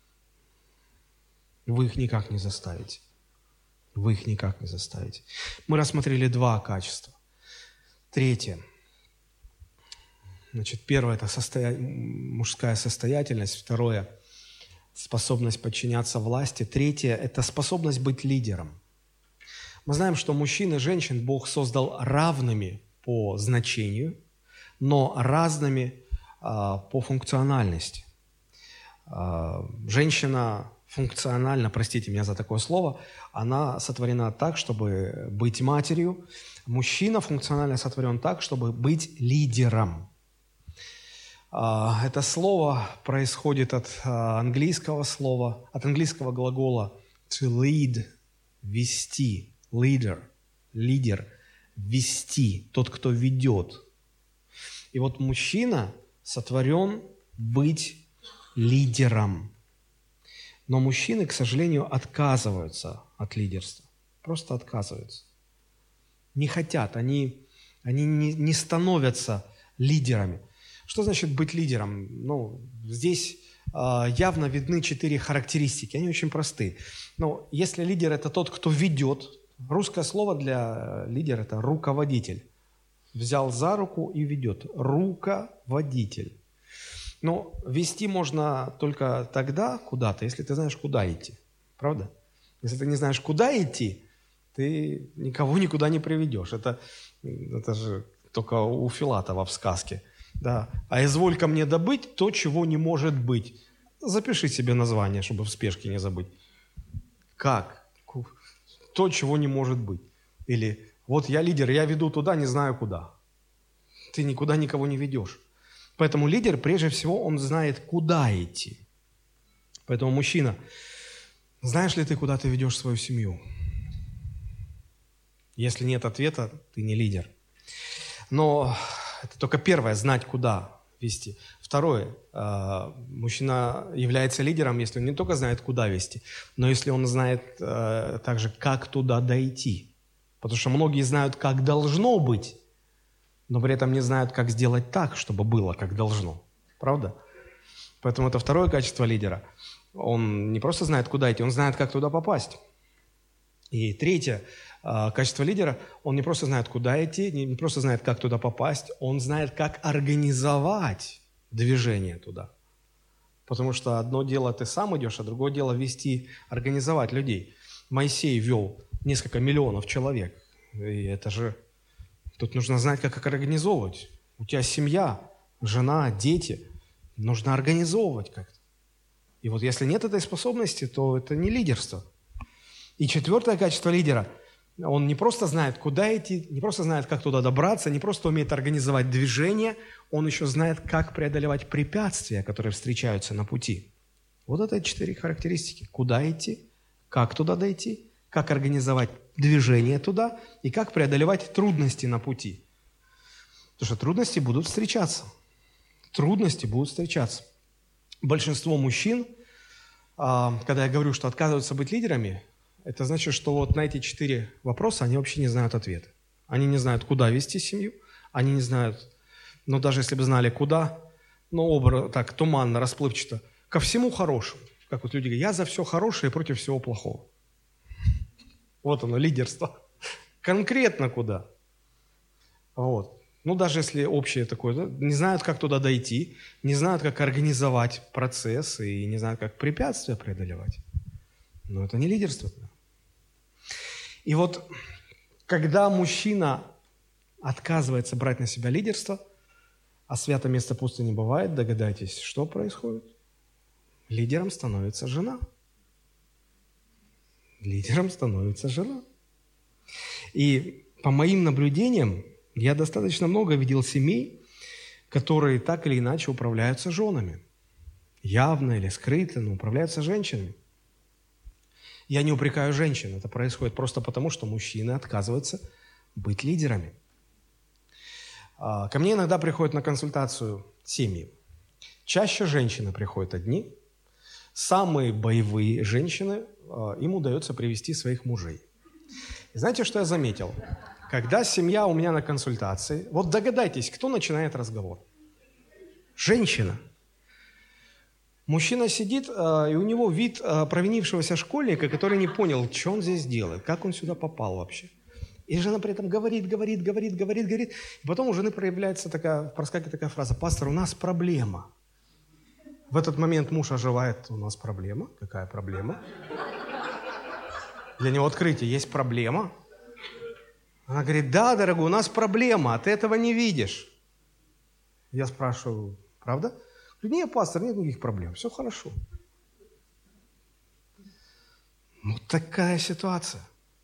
вы их никак не заставите. Вы их никак не заставите. Мы рассмотрели два качества. Третье. Значит, первое – это мужская состоятельность. Второе – способность подчиняться власти. Третье – это способность быть лидером. Мы знаем, что мужчин и женщин Бог создал равными по значению, но разными по функциональности. Женщина функционально, простите меня за такое слово, она сотворена так, чтобы быть матерью. Мужчина функционально сотворен так, чтобы быть лидером. Это слово происходит от английского глагола to lead, вести, leader, лидер, вести, тот, кто ведет. И вот мужчина сотворен быть лидером. Но мужчины, к сожалению, отказываются от лидерства. Просто отказываются. Не хотят, они не становятся лидерами. Что значит быть лидером? Здесь явно видны 4 характеристики. Они очень простые. Но если лидер – это тот, кто ведет, русское слово для лидера – это руководитель. Взял за руку и ведет. Руководитель. Но вести можно только тогда куда-то, если ты знаешь, куда идти. Правда? Если ты не знаешь, куда идти, ты никого никуда не приведешь. Это же только у Филатова в сказке. Да. А изволь-ка мне добыть то, чего не может быть. Запиши себе название, чтобы в спешке не забыть. Как? То, чего не может быть. Или вот я лидер, я веду туда, не знаю куда. Ты никуда никого не ведешь. Поэтому лидер, прежде всего, он знает, куда идти. Поэтому, мужчина, знаешь ли ты, куда ты ведешь свою семью? Если нет ответа, ты не лидер. Но это только первое, знать, куда вести. Второе, мужчина является лидером, если он не только знает, куда вести, но если он знает также, как туда дойти. Потому что многие знают, как должно быть, но при этом не знают, как сделать так, чтобы было, как должно. Правда? Поэтому это второе качество лидера. Он не просто знает, куда идти, он знает, как туда попасть. И третье качество лидера, он не просто знает, куда идти, не просто знает, как туда попасть, он знает, как организовать движение туда. Потому что одно дело ты сам идешь, а другое дело вести, организовать людей. Моисей вел несколько миллионов человек. И это же... Тут нужно знать, как их организовывать. У тебя семья, жена, дети. Нужно организовывать как-то. И вот если нет этой способности, то это не лидерство. И четвертое качество лидера, он не просто знает, куда идти, не просто знает, как туда добраться, не просто умеет организовать движение, он еще знает, как преодолевать препятствия, которые встречаются на пути. Вот это 4 характеристики. Куда идти, как туда дойти, как организовать движение туда и как преодолевать трудности на пути. Потому что трудности будут встречаться. Трудности будут встречаться. Большинство мужчин, когда я говорю, что отказываются быть лидерами, это значит, что вот на эти 4 вопроса они вообще не знают ответа. Они не знают, куда вести семью, они не знают, но даже если бы знали, куда, но так туманно, расплывчато, ко всему хорошему. Как вот люди говорят, я за все хорошее и против всего плохого. Вот оно, лидерство. Конкретно куда. Вот. Ну, даже если общее такое, да, не знают, как туда дойти, не знают, как организовать процесс и не знают, как препятствия преодолевать. Но это не лидерство. И вот, когда мужчина отказывается брать на себя лидерство, а свято место пусто не бывает, догадайтесь, что происходит? Лидером становится жена. Лидером становится жена. И по моим наблюдениям, я достаточно много видел семей, которые так или иначе управляются женами. Явно или скрыто, но управляются женщинами. Я не упрекаю женщин, это происходит просто потому, что мужчины отказываются быть лидерами. Ко мне иногда приходят на консультацию семьи. Чаще женщины приходят одни. Самые боевые женщины, им удается привести своих мужей. И знаете, что я заметил? Когда семья у меня на консультации, вот догадайтесь, кто начинает разговор? Женщина. Мужчина сидит, и у него вид провинившегося школьника, который не понял, что он здесь делает, как он сюда попал вообще. И жена при этом говорит. И потом у жены проскакивает такая фраза: «Пастор, у нас проблема». В этот момент муж оживает: «У нас проблема? Какая проблема?» Для него открытие: есть проблема? Она говорит: «Да, дорогой, у нас проблема, а ты этого не видишь». Я спрашиваю: «Правда?» Говорит: «Нет, пастор, нет никаких проблем, все хорошо». Вот такая ситуация.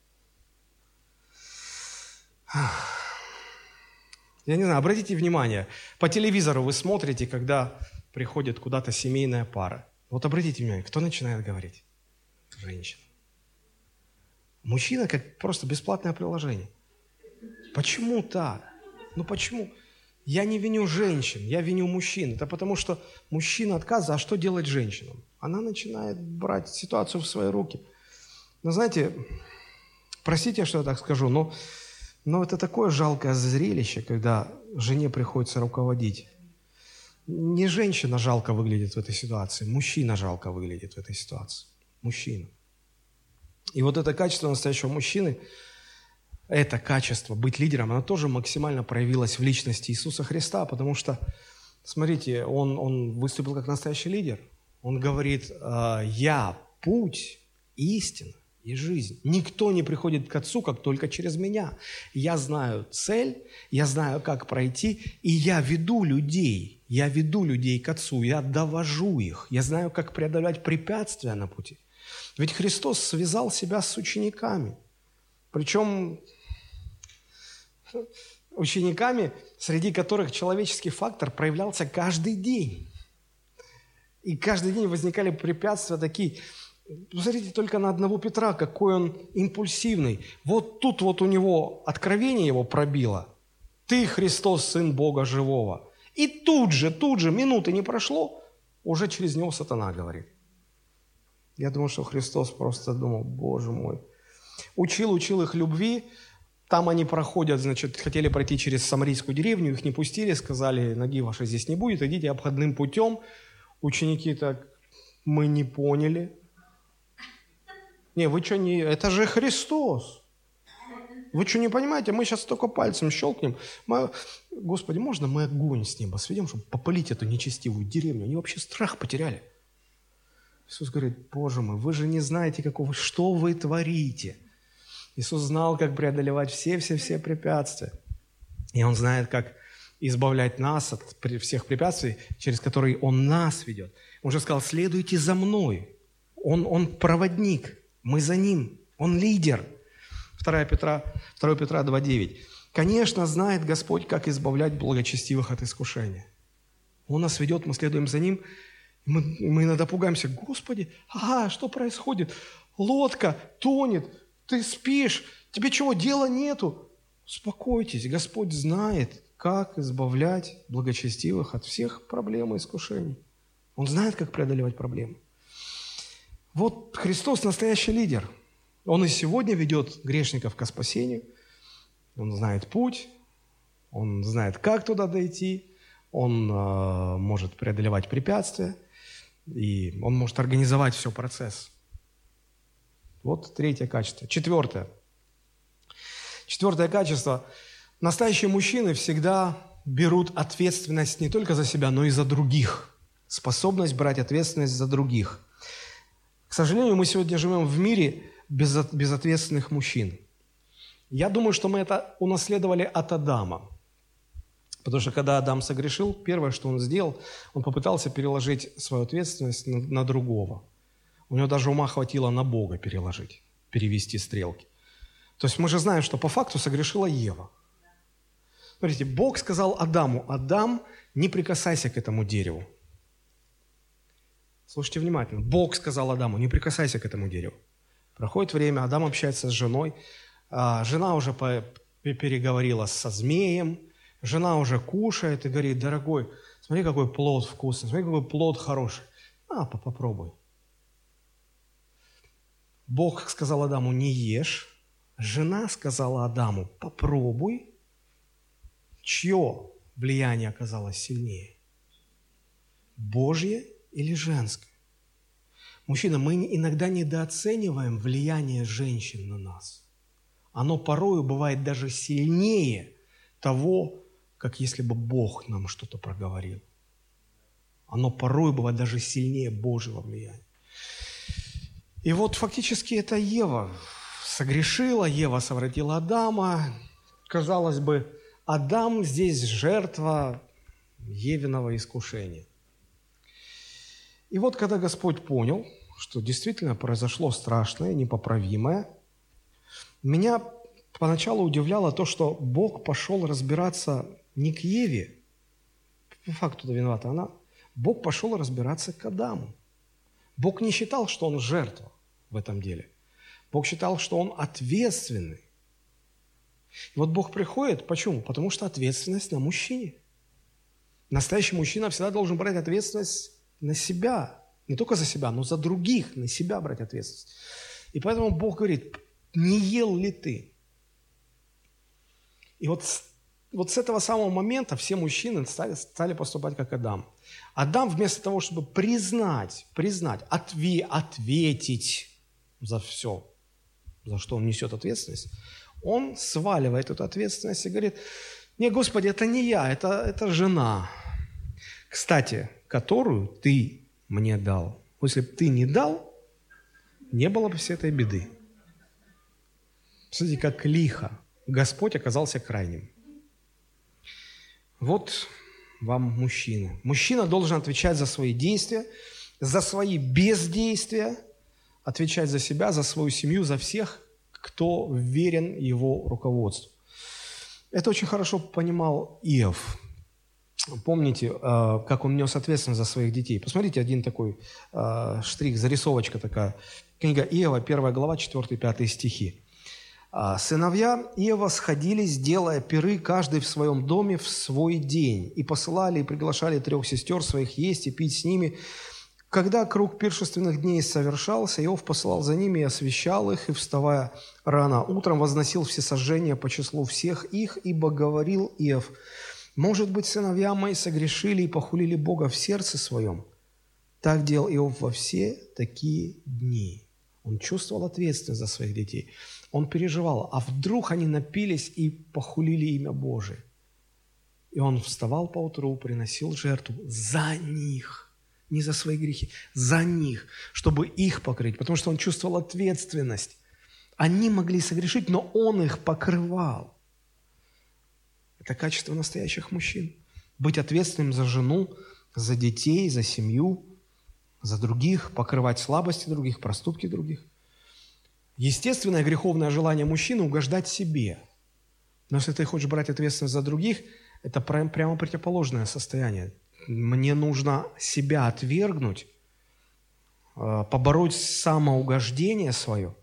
Я не знаю, обратите внимание, по телевизору вы смотрите, когда приходит куда-то семейная пара. Вот обратите внимание, кто начинает говорить? Женщина. Мужчина как просто бесплатное приложение. Почему так? Ну почему? Я не виню женщин, я виню мужчин. Это потому что мужчина отказывается, а что делать женщинам? Она начинает брать ситуацию в свои руки. Но знаете, простите, что я так скажу, но это такое жалкое зрелище, когда жене приходится руководить. Не женщина жалко выглядит в этой ситуации, мужчина жалко выглядит в этой ситуации. Мужчина. И вот это качество настоящего мужчины, это качество быть лидером, оно тоже максимально проявилось в личности Иисуса Христа, потому что, смотрите, он выступил как настоящий лидер. Он говорит: «Я путь, истина и жизнь. Никто не приходит к Отцу, как только через меня. Я знаю цель, я знаю, как пройти, и я веду людей к Отцу, я довожу их, я знаю, как преодолевать препятствия на пути». Ведь Христос связал себя с учениками. Причем учениками, среди которых человеческий фактор проявлялся каждый день. И каждый день возникали препятствия такие. Посмотрите только на одного Петра, какой он импульсивный. Вот тут вот у него откровение его пробило. «Ты, Христос, Сын Бога Живого». И тут же, минуты не прошло, уже через него сатана говорит. Я думаю, что Христос просто думал: Боже мой. Учил их любви. Там они проходят, значит, хотели пройти через самарийскую деревню, их не пустили, сказали: ноги вашей здесь не будет, идите обходным путем. Ученики так: мы не поняли. Не, вы что, не... Это же Христос. Вы что, не понимаете? Мы сейчас только пальцем щелкнем. Господи, можно мы огонь с неба сведем, чтобы попалить эту нечестивую деревню? Они вообще страх потеряли. Иисус говорит: Боже мой, вы же не знаете, что вы творите. Иисус знал, как преодолевать все препятствия. И Он знает, как избавлять нас от всех препятствий, через которые Он нас ведет. Он же сказал: следуйте за мной. Он проводник, мы за Ним, Он лидер. 2 Петра 2:9. Конечно, знает Господь, как избавлять благочестивых от искушения. Он нас ведет, мы следуем за Ним. Мы иногда пугаемся: Господи, что происходит? Лодка тонет, ты спишь, тебе чего, дела нету? Успокойтесь, Господь знает, как избавлять благочестивых от всех проблем и искушений. Он знает, как преодолевать проблемы. Вот Христос настоящий лидер. Он и сегодня ведет грешников ко спасению. Он знает путь, Он знает, как туда дойти, Он может преодолевать препятствия, и Он может организовать все процесс. Вот третье качество. Четвертое качество. Настоящие мужчины всегда берут ответственность не только за себя, но и за других. Способность брать ответственность за других. К сожалению, мы сегодня живем в мире безответственных мужчин. Я думаю, что мы это унаследовали от Адама. Потому что когда Адам согрешил, первое, что он сделал, он попытался переложить свою ответственность на другого. У него даже ума хватило на Бога перевести стрелки. То есть мы же знаем, что по факту согрешила Ева. Смотрите, Бог сказал Адаму: Адам, не прикасайся к этому дереву. Слушайте внимательно. Бог сказал Адаму: не прикасайся к этому дереву. Проходит время, Адам общается с женой. Жена уже переговорила со змеем. Жена уже кушает и говорит: дорогой, смотри, какой плод вкусный, смотри, какой плод хороший. Попробуй. Бог сказал Адаму: не ешь. Жена сказала Адаму: попробуй. Чье влияние оказалось сильнее? Божье или женское? Мужчина, мы иногда недооцениваем влияние женщин на нас. Оно порою бывает даже сильнее того, как если бы Бог нам что-то проговорил. Оно порой бывает даже сильнее Божьего влияния. И вот фактически это Ева согрешила, Ева совратила Адама. Казалось бы, Адам здесь жертва Евиного искушения. И вот когда Господь понял, что действительно произошло страшное, непоправимое, меня поначалу удивляло то, что Бог пошел разбираться не к Еве, по факту-то виновата она, Бог пошел разбираться к Адаму. Бог не считал, что он жертва в этом деле. Бог считал, что он ответственный. И вот Бог приходит, почему? Потому что ответственность на мужчине. Настоящий мужчина всегда должен брать ответственность на себя. Не только за себя, но за других, на себя брать ответственность. И поэтому Бог говорит: не ел ли ты? И вот вот с этого самого момента все мужчины стали поступать как Адам. Адам вместо того, чтобы признать, ответить за все, за что он несет ответственность, он сваливает эту ответственность и говорит: не, Господи, это не я, это жена, кстати, которую ты мне дал. Если бы ты не дал, не было бы всей этой беды. Смотрите, как лихо Господь оказался крайним. Вот вам мужчины. Мужчина должен отвечать за свои действия, за свои бездействия, отвечать за себя, за свою семью, за всех, кто верен его руководству. Это очень хорошо понимал Иов. Помните, как он нес ответственность за своих детей? Посмотрите, один такой штрих, зарисовочка такая. Книга Иова, 1 глава, 4-5 стихи. «Сыновья Иова сходились, делая пиры, каждый в своем доме в свой день, и посылали и приглашали 3 сестер своих есть и пить с ними. Когда круг пиршественных дней совершался, Иов посылал за ними и освящал их, и, вставая рано утром, возносил всесожжения по числу всех их, ибо говорил Иов: может быть, сыновья мои согрешили и похулили Бога в сердце своем. Так делал Иов во все такие дни». Он чувствовал ответственность за своих детей. Он переживал, а вдруг они напились и похулили имя Божие. И он вставал поутру, приносил жертву за них, не за свои грехи, за них, чтобы их покрыть, потому что он чувствовал ответственность. Они могли согрешить, но он их покрывал. Это качество настоящих мужчин. Быть ответственным за жену, за детей, за семью, за других, покрывать слабости других, проступки других. Естественное греховное желание мужчины – угождать себе. Но если ты хочешь брать ответственность за других, это прямо противоположное состояние. Мне нужно себя отвергнуть, побороть самоугождение свое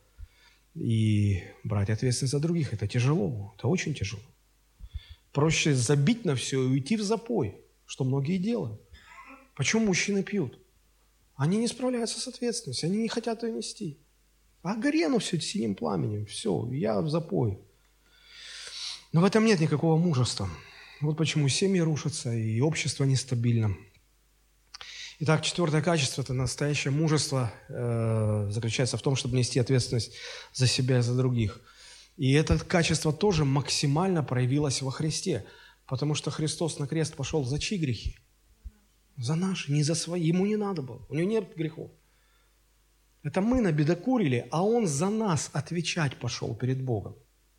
и брать ответственность за других. Это тяжело, это очень тяжело. Проще забить на все и уйти в запой, что многие делают. Почему мужчины пьют? Они не справляются с ответственностью, они не хотят ее нести. А гори оно все синим пламенем, все, я в запой. Но в этом нет никакого мужества. Вот почему семьи рушатся и общество нестабильно. Итак, 4 качество – это настоящее мужество, заключается в том, чтобы нести ответственность за себя и за других. И это качество тоже максимально проявилось во Христе, потому что Христос на крест пошел за чьи грехи? За наши, не за свои. Ему не надо было, у него нет грехов. Это мы набедокурили, а Он за нас отвечать пошел перед Богом.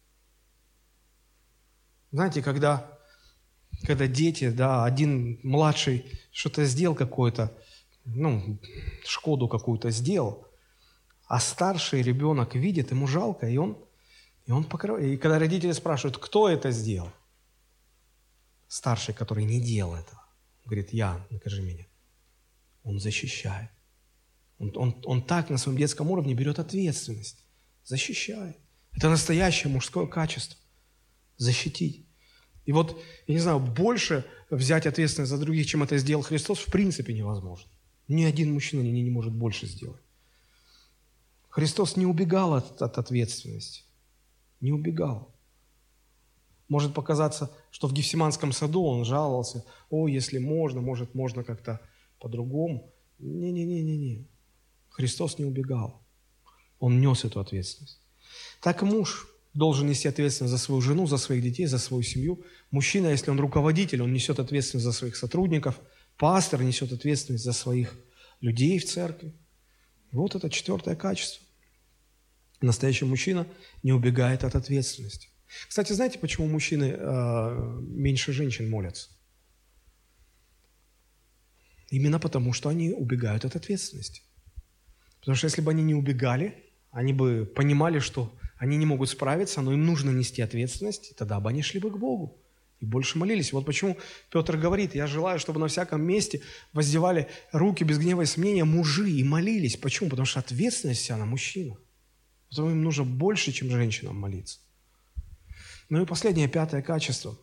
Знаете, когда дети, один младший что-то сделал какое-то, Шкоду какую-то сделал, а старший ребенок видит, ему жалко, и он покрывает. И когда родители спрашивают, кто это сделал, старший, который не делал этого, говорит: я, накажи меня. Он защищает. Он так на своем детском уровне берет ответственность, защищает. Это настоящее мужское качество. Защитить. И вот, я не знаю, больше взять ответственность за других, чем это сделал Христос, в принципе невозможно. Ни один мужчина не может больше сделать. Христос не убегал от ответственности. Не убегал. Может показаться, что в Гефсиманском саду он жаловался: если можно, может, можно как-то по-другому. Не. Христос не убегал. Он нес эту ответственность. Так и муж должен нести ответственность за свою жену, за своих детей, за свою семью. Мужчина, если он руководитель, он несет ответственность за своих сотрудников. Пастор несет ответственность за своих людей в церкви. Вот это 4 качество. Настоящий мужчина не убегает от ответственности. Кстати, знаете, почему мужчины меньше женщин молятся? Именно потому, что они убегают от ответственности. Потому что если бы они не убегали, они бы понимали, что они не могут справиться, но им нужно нести ответственность, и тогда бы они шли бы к Богу и больше молились. Вот почему Петр говорит: я желаю, чтобы на всяком месте воздевали руки без гнева и сомнения мужи и молились. Почему? Потому что ответственность вся на мужчинах. Потому им нужно больше, чем женщинам молиться. Ну и последнее, 5 качество.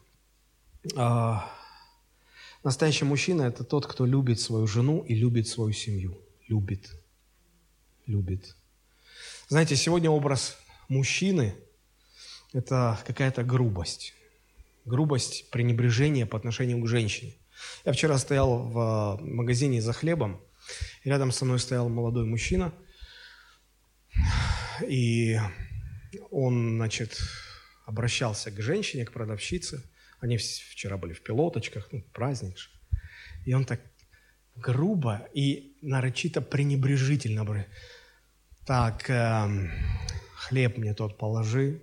Настоящий мужчина – это тот, кто любит свою жену и любит свою семью. Любит. Знаете, сегодня образ мужчины – это какая-то грубость. грубость, пренебрежение по отношению к женщине. Я вчера стоял в магазине за хлебом, и рядом со мной стоял молодой мужчина, и он, значит, обращался к женщине, к продавщице. Они вчера были в пилоточках, праздник же. И он так грубо и нарочито пренебрежительно говорит: так, хлеб мне тот положи,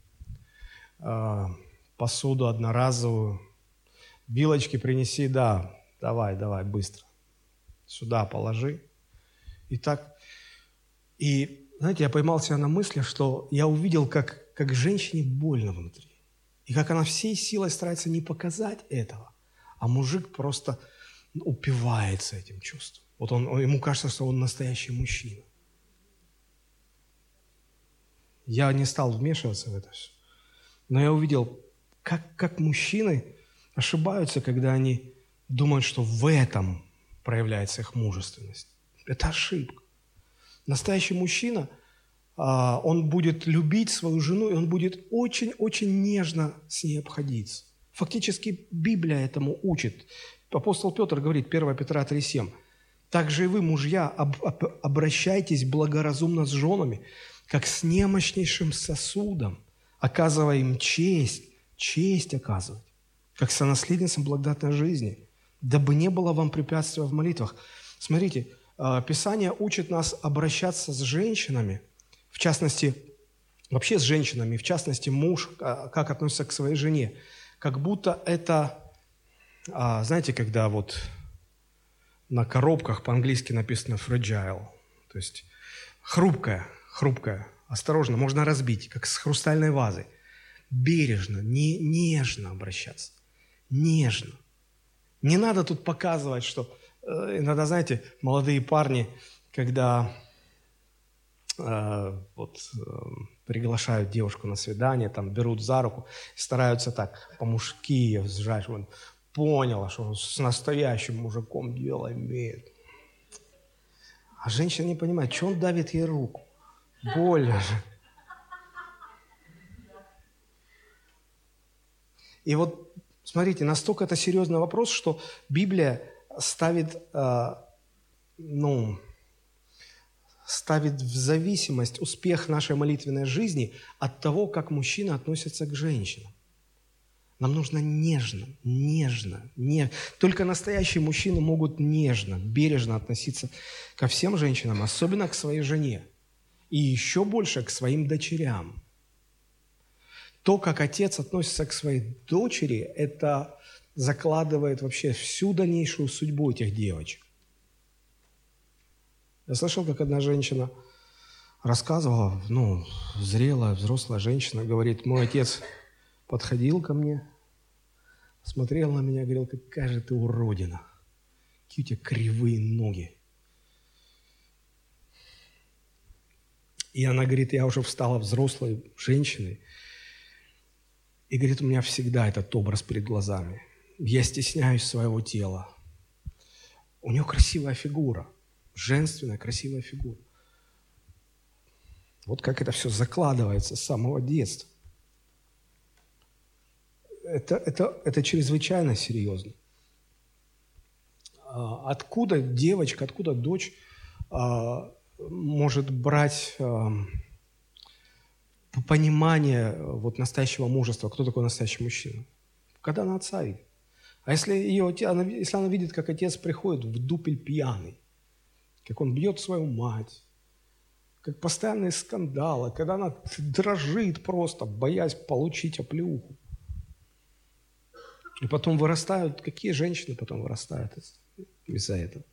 посуду одноразовую, вилочки принеси, да, давай, быстро, сюда положи. И так, и, знаете, я поймал себя на мысли, что я увидел, как женщине больно внутри. И как она всей силой старается не показать этого, а мужик просто упивается этим чувством. Вот ему кажется, что он настоящий мужчина. Я не стал вмешиваться в это все. Но я увидел, как мужчины ошибаются, когда они думают, что в этом проявляется их мужественность. Это ошибка. Настоящий мужчина, он будет любить свою жену, и он будет очень-очень нежно с ней обходиться. Фактически Библия этому учит. Апостол Петр говорит, 1 Петра 3,7. «Также и вы, мужья, обращайтесь благоразумно с женами, как с немощнейшим сосудом, оказывая им честь оказывать, как сонаследницам благодатной жизни, дабы не было вам препятствия в молитвах». Смотрите, Писание учит нас обращаться с женщинами, в частности, вообще с женщинами, в частности, муж, как относится к своей жене, как будто это, знаете, когда вот на коробках по-английски написано fragile, то есть хрупкая, осторожно, можно разбить, как с хрустальной вазой. Бережно, нежно обращаться, нежно. Не надо тут показывать, что иногда, знаете, молодые парни, когда приглашают девушку на свидание, там берут за руку, стараются так по-мужски ее сжать, он понял, что он с настоящим мужиком дело имеет. А женщина не понимает, что он давит ей руку. Больно же. И вот, смотрите, настолько это серьезный вопрос, что Библия ставит в зависимость успех нашей молитвенной жизни от того, как мужчина относится к женщинам. Нам нужно нежно. Только настоящие мужчины могут нежно, бережно относиться ко всем женщинам, особенно к своей жене. И еще больше к своим дочерям. То, как отец относится к своей дочери, это закладывает вообще всю дальнейшую судьбу этих девочек. Я слышал, как одна женщина рассказывала, зрелая, взрослая женщина, говорит, мой отец подходил ко мне, смотрел на меня, говорил, какая же ты уродина, какие у тебя кривые ноги. И она говорит, я уже стала взрослой женщиной, и говорит, у меня всегда этот образ перед глазами. Я стесняюсь своего тела. У нее красивая фигура, женственная красивая фигура. Вот как это все закладывается с самого детства. Это чрезвычайно серьезно. Откуда девочка, откуда дочь может брать понимание настоящего мужества, кто такой настоящий мужчина? Когда она отца видит. А если она видит, как отец приходит в дупель пьяный, как он бьет свою мать, как постоянные скандалы, когда она дрожит просто, боясь получить оплеуху. И потом вырастают, какие женщины потом вырастают из-за этого.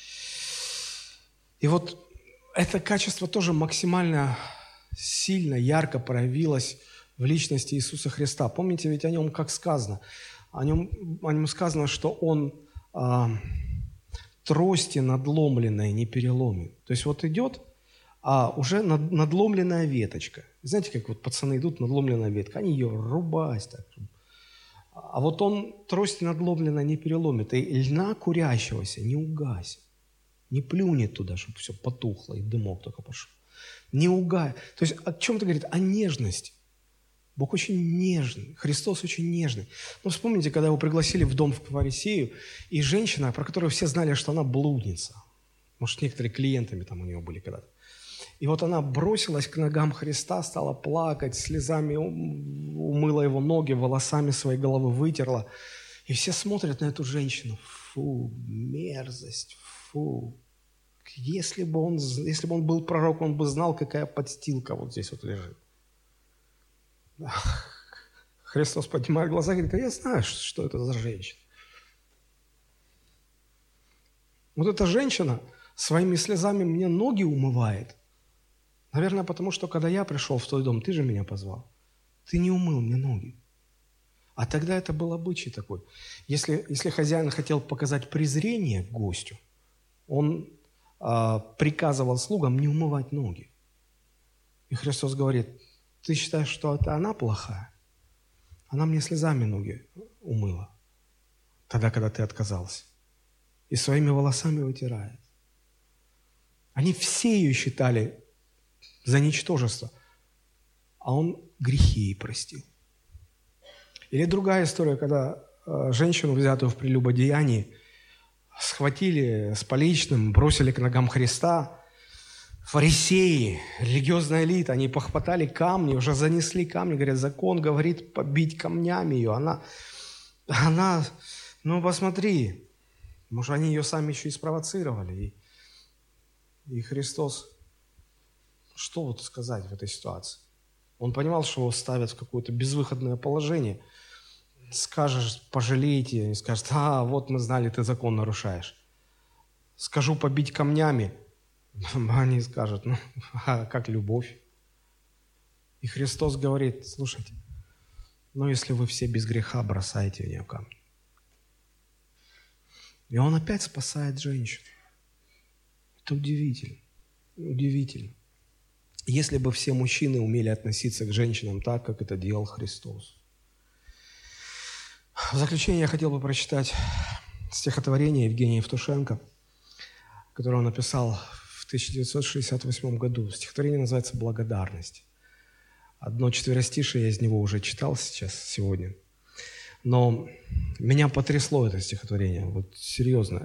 И вот это качество тоже максимально сильно, ярко проявилось в личности Иисуса Христа. Помните, ведь о нем как сказано? О нем сказано, что он трости надломленной не переломит. То есть вот идет, а уже надломленная веточка. Знаете, как вот пацаны идут, надломленная ветка, они ее рубать так. А вот он трости надломленной не переломит, и льна курящегося не угасит, не плюнет туда, чтобы все потухло, и дымок только пошел. Не угасит. То есть о чем-то говорит? О нежности. Бог очень нежный, Христос очень нежный. Ну, вспомните, когда его пригласили в дом к фарисею, и женщина, про которую все знали, что она блудница. Может, некоторые клиентами там у нее были когда-то. И вот она бросилась к ногам Христа, стала плакать, слезами умыла его ноги, волосами своей головы вытерла. И все смотрят на эту женщину. Фу, мерзость, фу. Если бы он был пророк, он бы знал, какая подстилка вот здесь вот лежит. Христос поднимает глаза и говорит: я знаю, что это за женщина. Вот эта женщина своими слезами мне ноги умывает. Наверное, потому что, когда я пришел в твой дом, ты же меня позвал. Ты не умыл мне ноги. А тогда это был обычай такой. Если хозяин хотел показать презрение к гостю, он приказывал слугам не умывать ноги. И Христос говорит: ты считаешь, что это она плохая? Она мне слезами ноги умыла, тогда, когда ты отказался. И своими волосами вытирает. Они все ее считали за ничтожество, а он грехи ей простил. Или другая история, когда женщину, взятую в прелюбодеянии, схватили с поличным, бросили к ногам Христа. Фарисеи, религиозная элита, они похватали камни, уже занесли камни, говорят, закон говорит побить камнями ее. Она, ну посмотри, может, они ее сами еще и спровоцировали. И Христос, что вот сказать в этой ситуации? Он понимал, что его ставят в какое-то безвыходное положение. Скажешь, пожалейте, и скажет: вот мы знали, ты закон нарушаешь. Скажу побить камнями. Они скажут: как любовь. И Христос говорит: слушайте, если вы все без греха, бросайте в нее камни. И Он опять спасает женщину. Это удивительно. Удивительно. Если бы все мужчины умели относиться к женщинам так, как это делал Христос. В заключение я хотел бы прочитать стихотворение Евгения Евтушенко, которое он написал в 1968 году. Стихотворение называется «Благодарность». Одно четверостишее я из него уже читал сегодня. Но меня потрясло это стихотворение. Вот серьезно.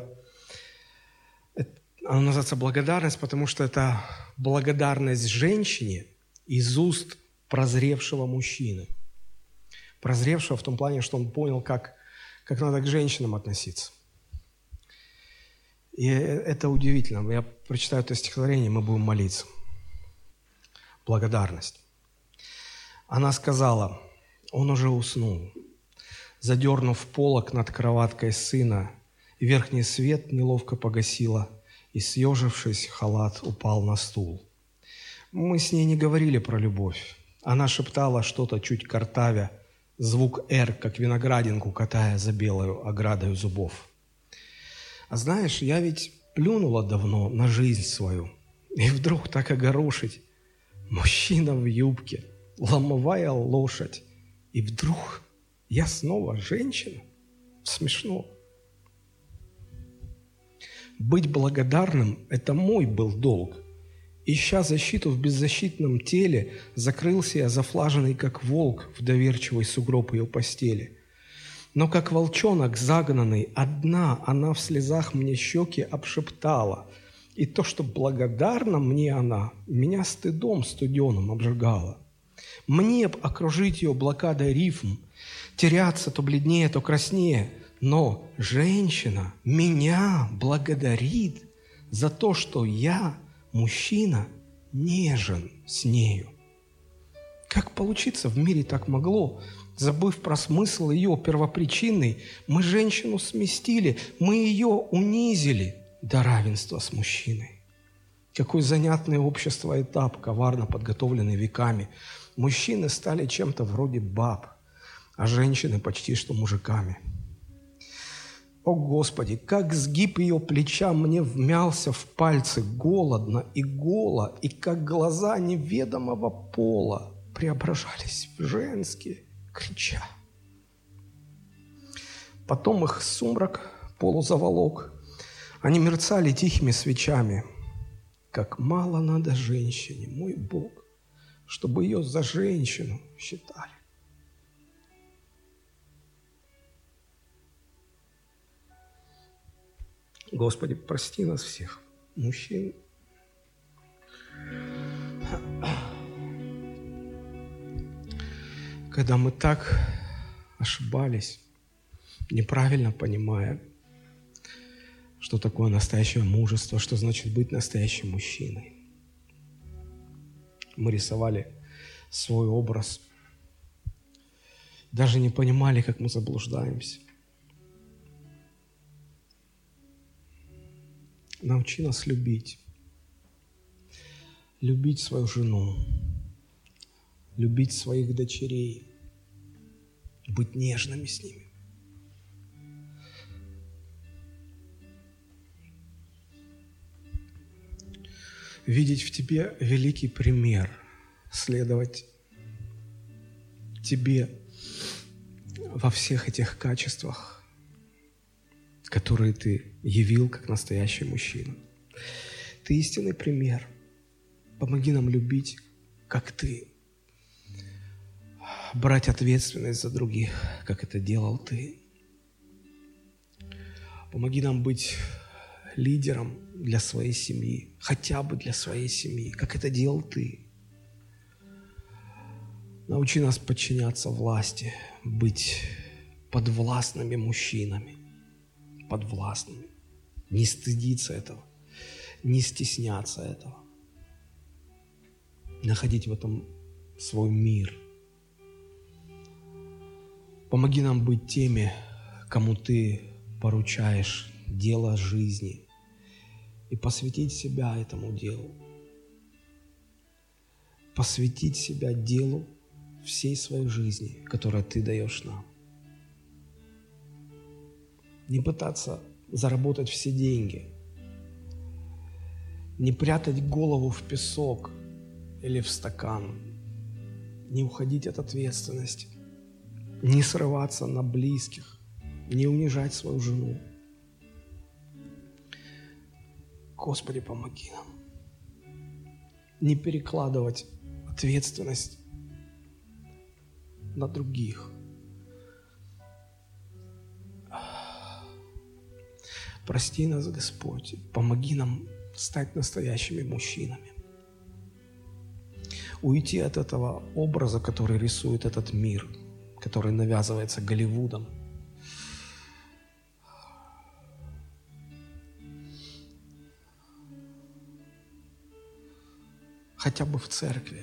Оно называется «Благодарность», потому что это благодарность женщине из уст прозревшего мужчины. Прозревшего в том плане, что он понял, как надо к женщинам относиться. И это удивительно. Я прочитаю это стихотворение, мы будем молиться. Благодарность. Она сказала: он уже уснул, задернув полог над кроваткой сына, и верхний свет неловко погасила, и, съежившись, халат упал на стул. Мы с ней не говорили про любовь. Она шептала что-то, чуть картавя, звук «Р», как виноградинку катая за белою оградою зубов. А знаешь, я ведь плюнула давно на жизнь свою, и вдруг так огорошить. Мужчина в юбке, ломовая лошадь, и вдруг я снова женщина? Смешно. Быть благодарным – это мой был долг. Ища защиту в беззащитном теле, закрылся я зафлаженный, как волк, в доверчивый сугроб ее постели. Но как волчонок загнанный, одна она в слезах мне щеки обшептала, и то, что благодарна мне она, меня стыдом студеным обжигала. Мне б окружить ее блокадой рифм, теряться то бледнее, то краснее, но женщина меня благодарит за то, что я, мужчина, нежен с нею. Как получиться в мире так могло? Забыв про смысл ее первопричинный, мы женщину сместили, мы ее унизили до равенства с мужчиной. Какой занятный общество этап, коварно подготовленный веками. Мужчины стали чем-то вроде баб, а женщины почти что мужиками. О, Господи, как сгиб ее плеча мне вмялся в пальцы голодно и голо, и как глаза неведомого пола преображались в женские, крича. Потом их сумрак полузаволок, они мерцали тихими свечами. Как мало надо женщине, мой Бог, чтобы ее за женщину считали. Господи, прости нас всех, мужчин. Когда мы так ошибались, неправильно понимая, что такое настоящее мужество, что значит быть настоящим мужчиной. Мы рисовали свой образ, даже не понимали, как мы заблуждаемся. Научи нас любить свою жену, любить своих дочерей, быть нежными с ними. Видеть в тебе великий пример, следовать тебе во всех этих качествах, которые ты явил как настоящий мужчина. Ты истинный пример. Помоги нам любить, как ты, брать ответственность за других, как это делал ты. Помоги нам быть лидером для своей семьи, хотя бы для своей семьи, как это делал ты. Научи нас подчиняться власти, быть подвластными мужчинами, подвластными, не стыдиться этого, не стесняться этого, находить в этом свой мир. Помоги нам быть теми, кому ты поручаешь дело жизни, и посвятить себя этому делу. Посвятить себя делу всей своей жизни, которое ты даешь нам. Не пытаться заработать все деньги, не прятать голову в песок или в стакан, не уходить от ответственности, не срываться на близких, не унижать свою жену. Господи, помоги нам не перекладывать ответственность на других. Прости нас, Господь, помоги нам стать настоящими мужчинами. Уйти от этого образа, который рисует этот мир, который навязывается Голливудом. Хотя бы в церкви.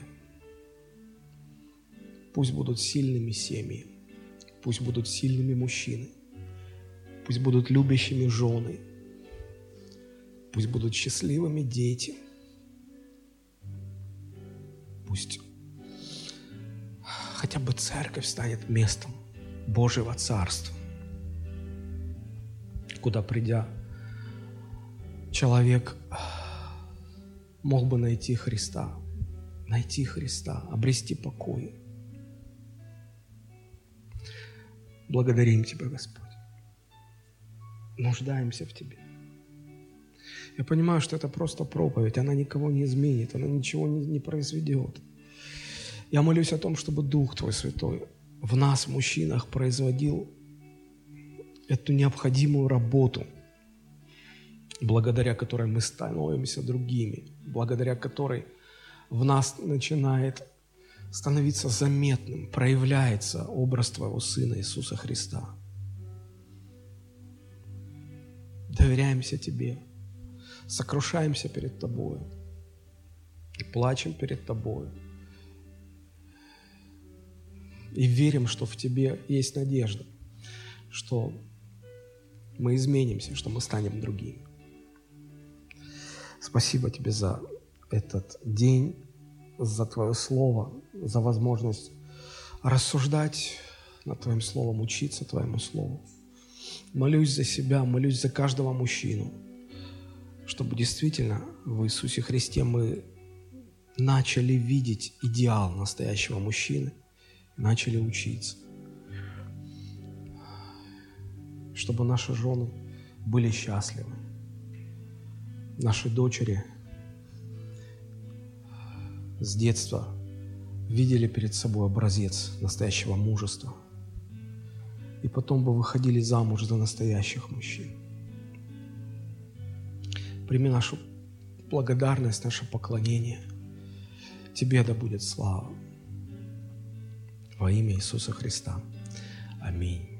Пусть будут сильными семьи, пусть будут сильными мужчины, пусть будут любящими жены, пусть будут счастливыми дети. Пусть хотя бы церковь станет местом Божьего Царства, куда, придя, человек мог бы найти Христа, обрести покой. Благодарим Тебя, Господь. Нуждаемся в Тебе. Я понимаю, что это просто проповедь, она никого не изменит, она ничего не произведет. Я молюсь о том, чтобы Дух Твой Святой в нас, мужчинах, производил эту необходимую работу, благодаря которой мы становимся другими, благодаря которой в нас начинает становиться заметным, проявляется образ Твоего Сына Иисуса Христа. Доверяемся Тебе, сокрушаемся перед Тобою, плачем перед Тобою и верим, что в Тебе есть надежда, что мы изменимся, что мы станем другими. Спасибо Тебе за этот день, за Твое Слово, за возможность рассуждать над Твоим Словом, учиться Твоему Слову. Молюсь за себя, молюсь за каждого мужчину, чтобы действительно в Иисусе Христе мы начали видеть идеал настоящего мужчины, начали учиться. Чтобы наши жены были счастливы, наши дочери с детства видели перед собой образец настоящего мужества. И потом бы выходили замуж за настоящих мужчин. Прими нашу благодарность, наше поклонение. Тебе да будет слава. Во имя Иисуса Христа. Аминь.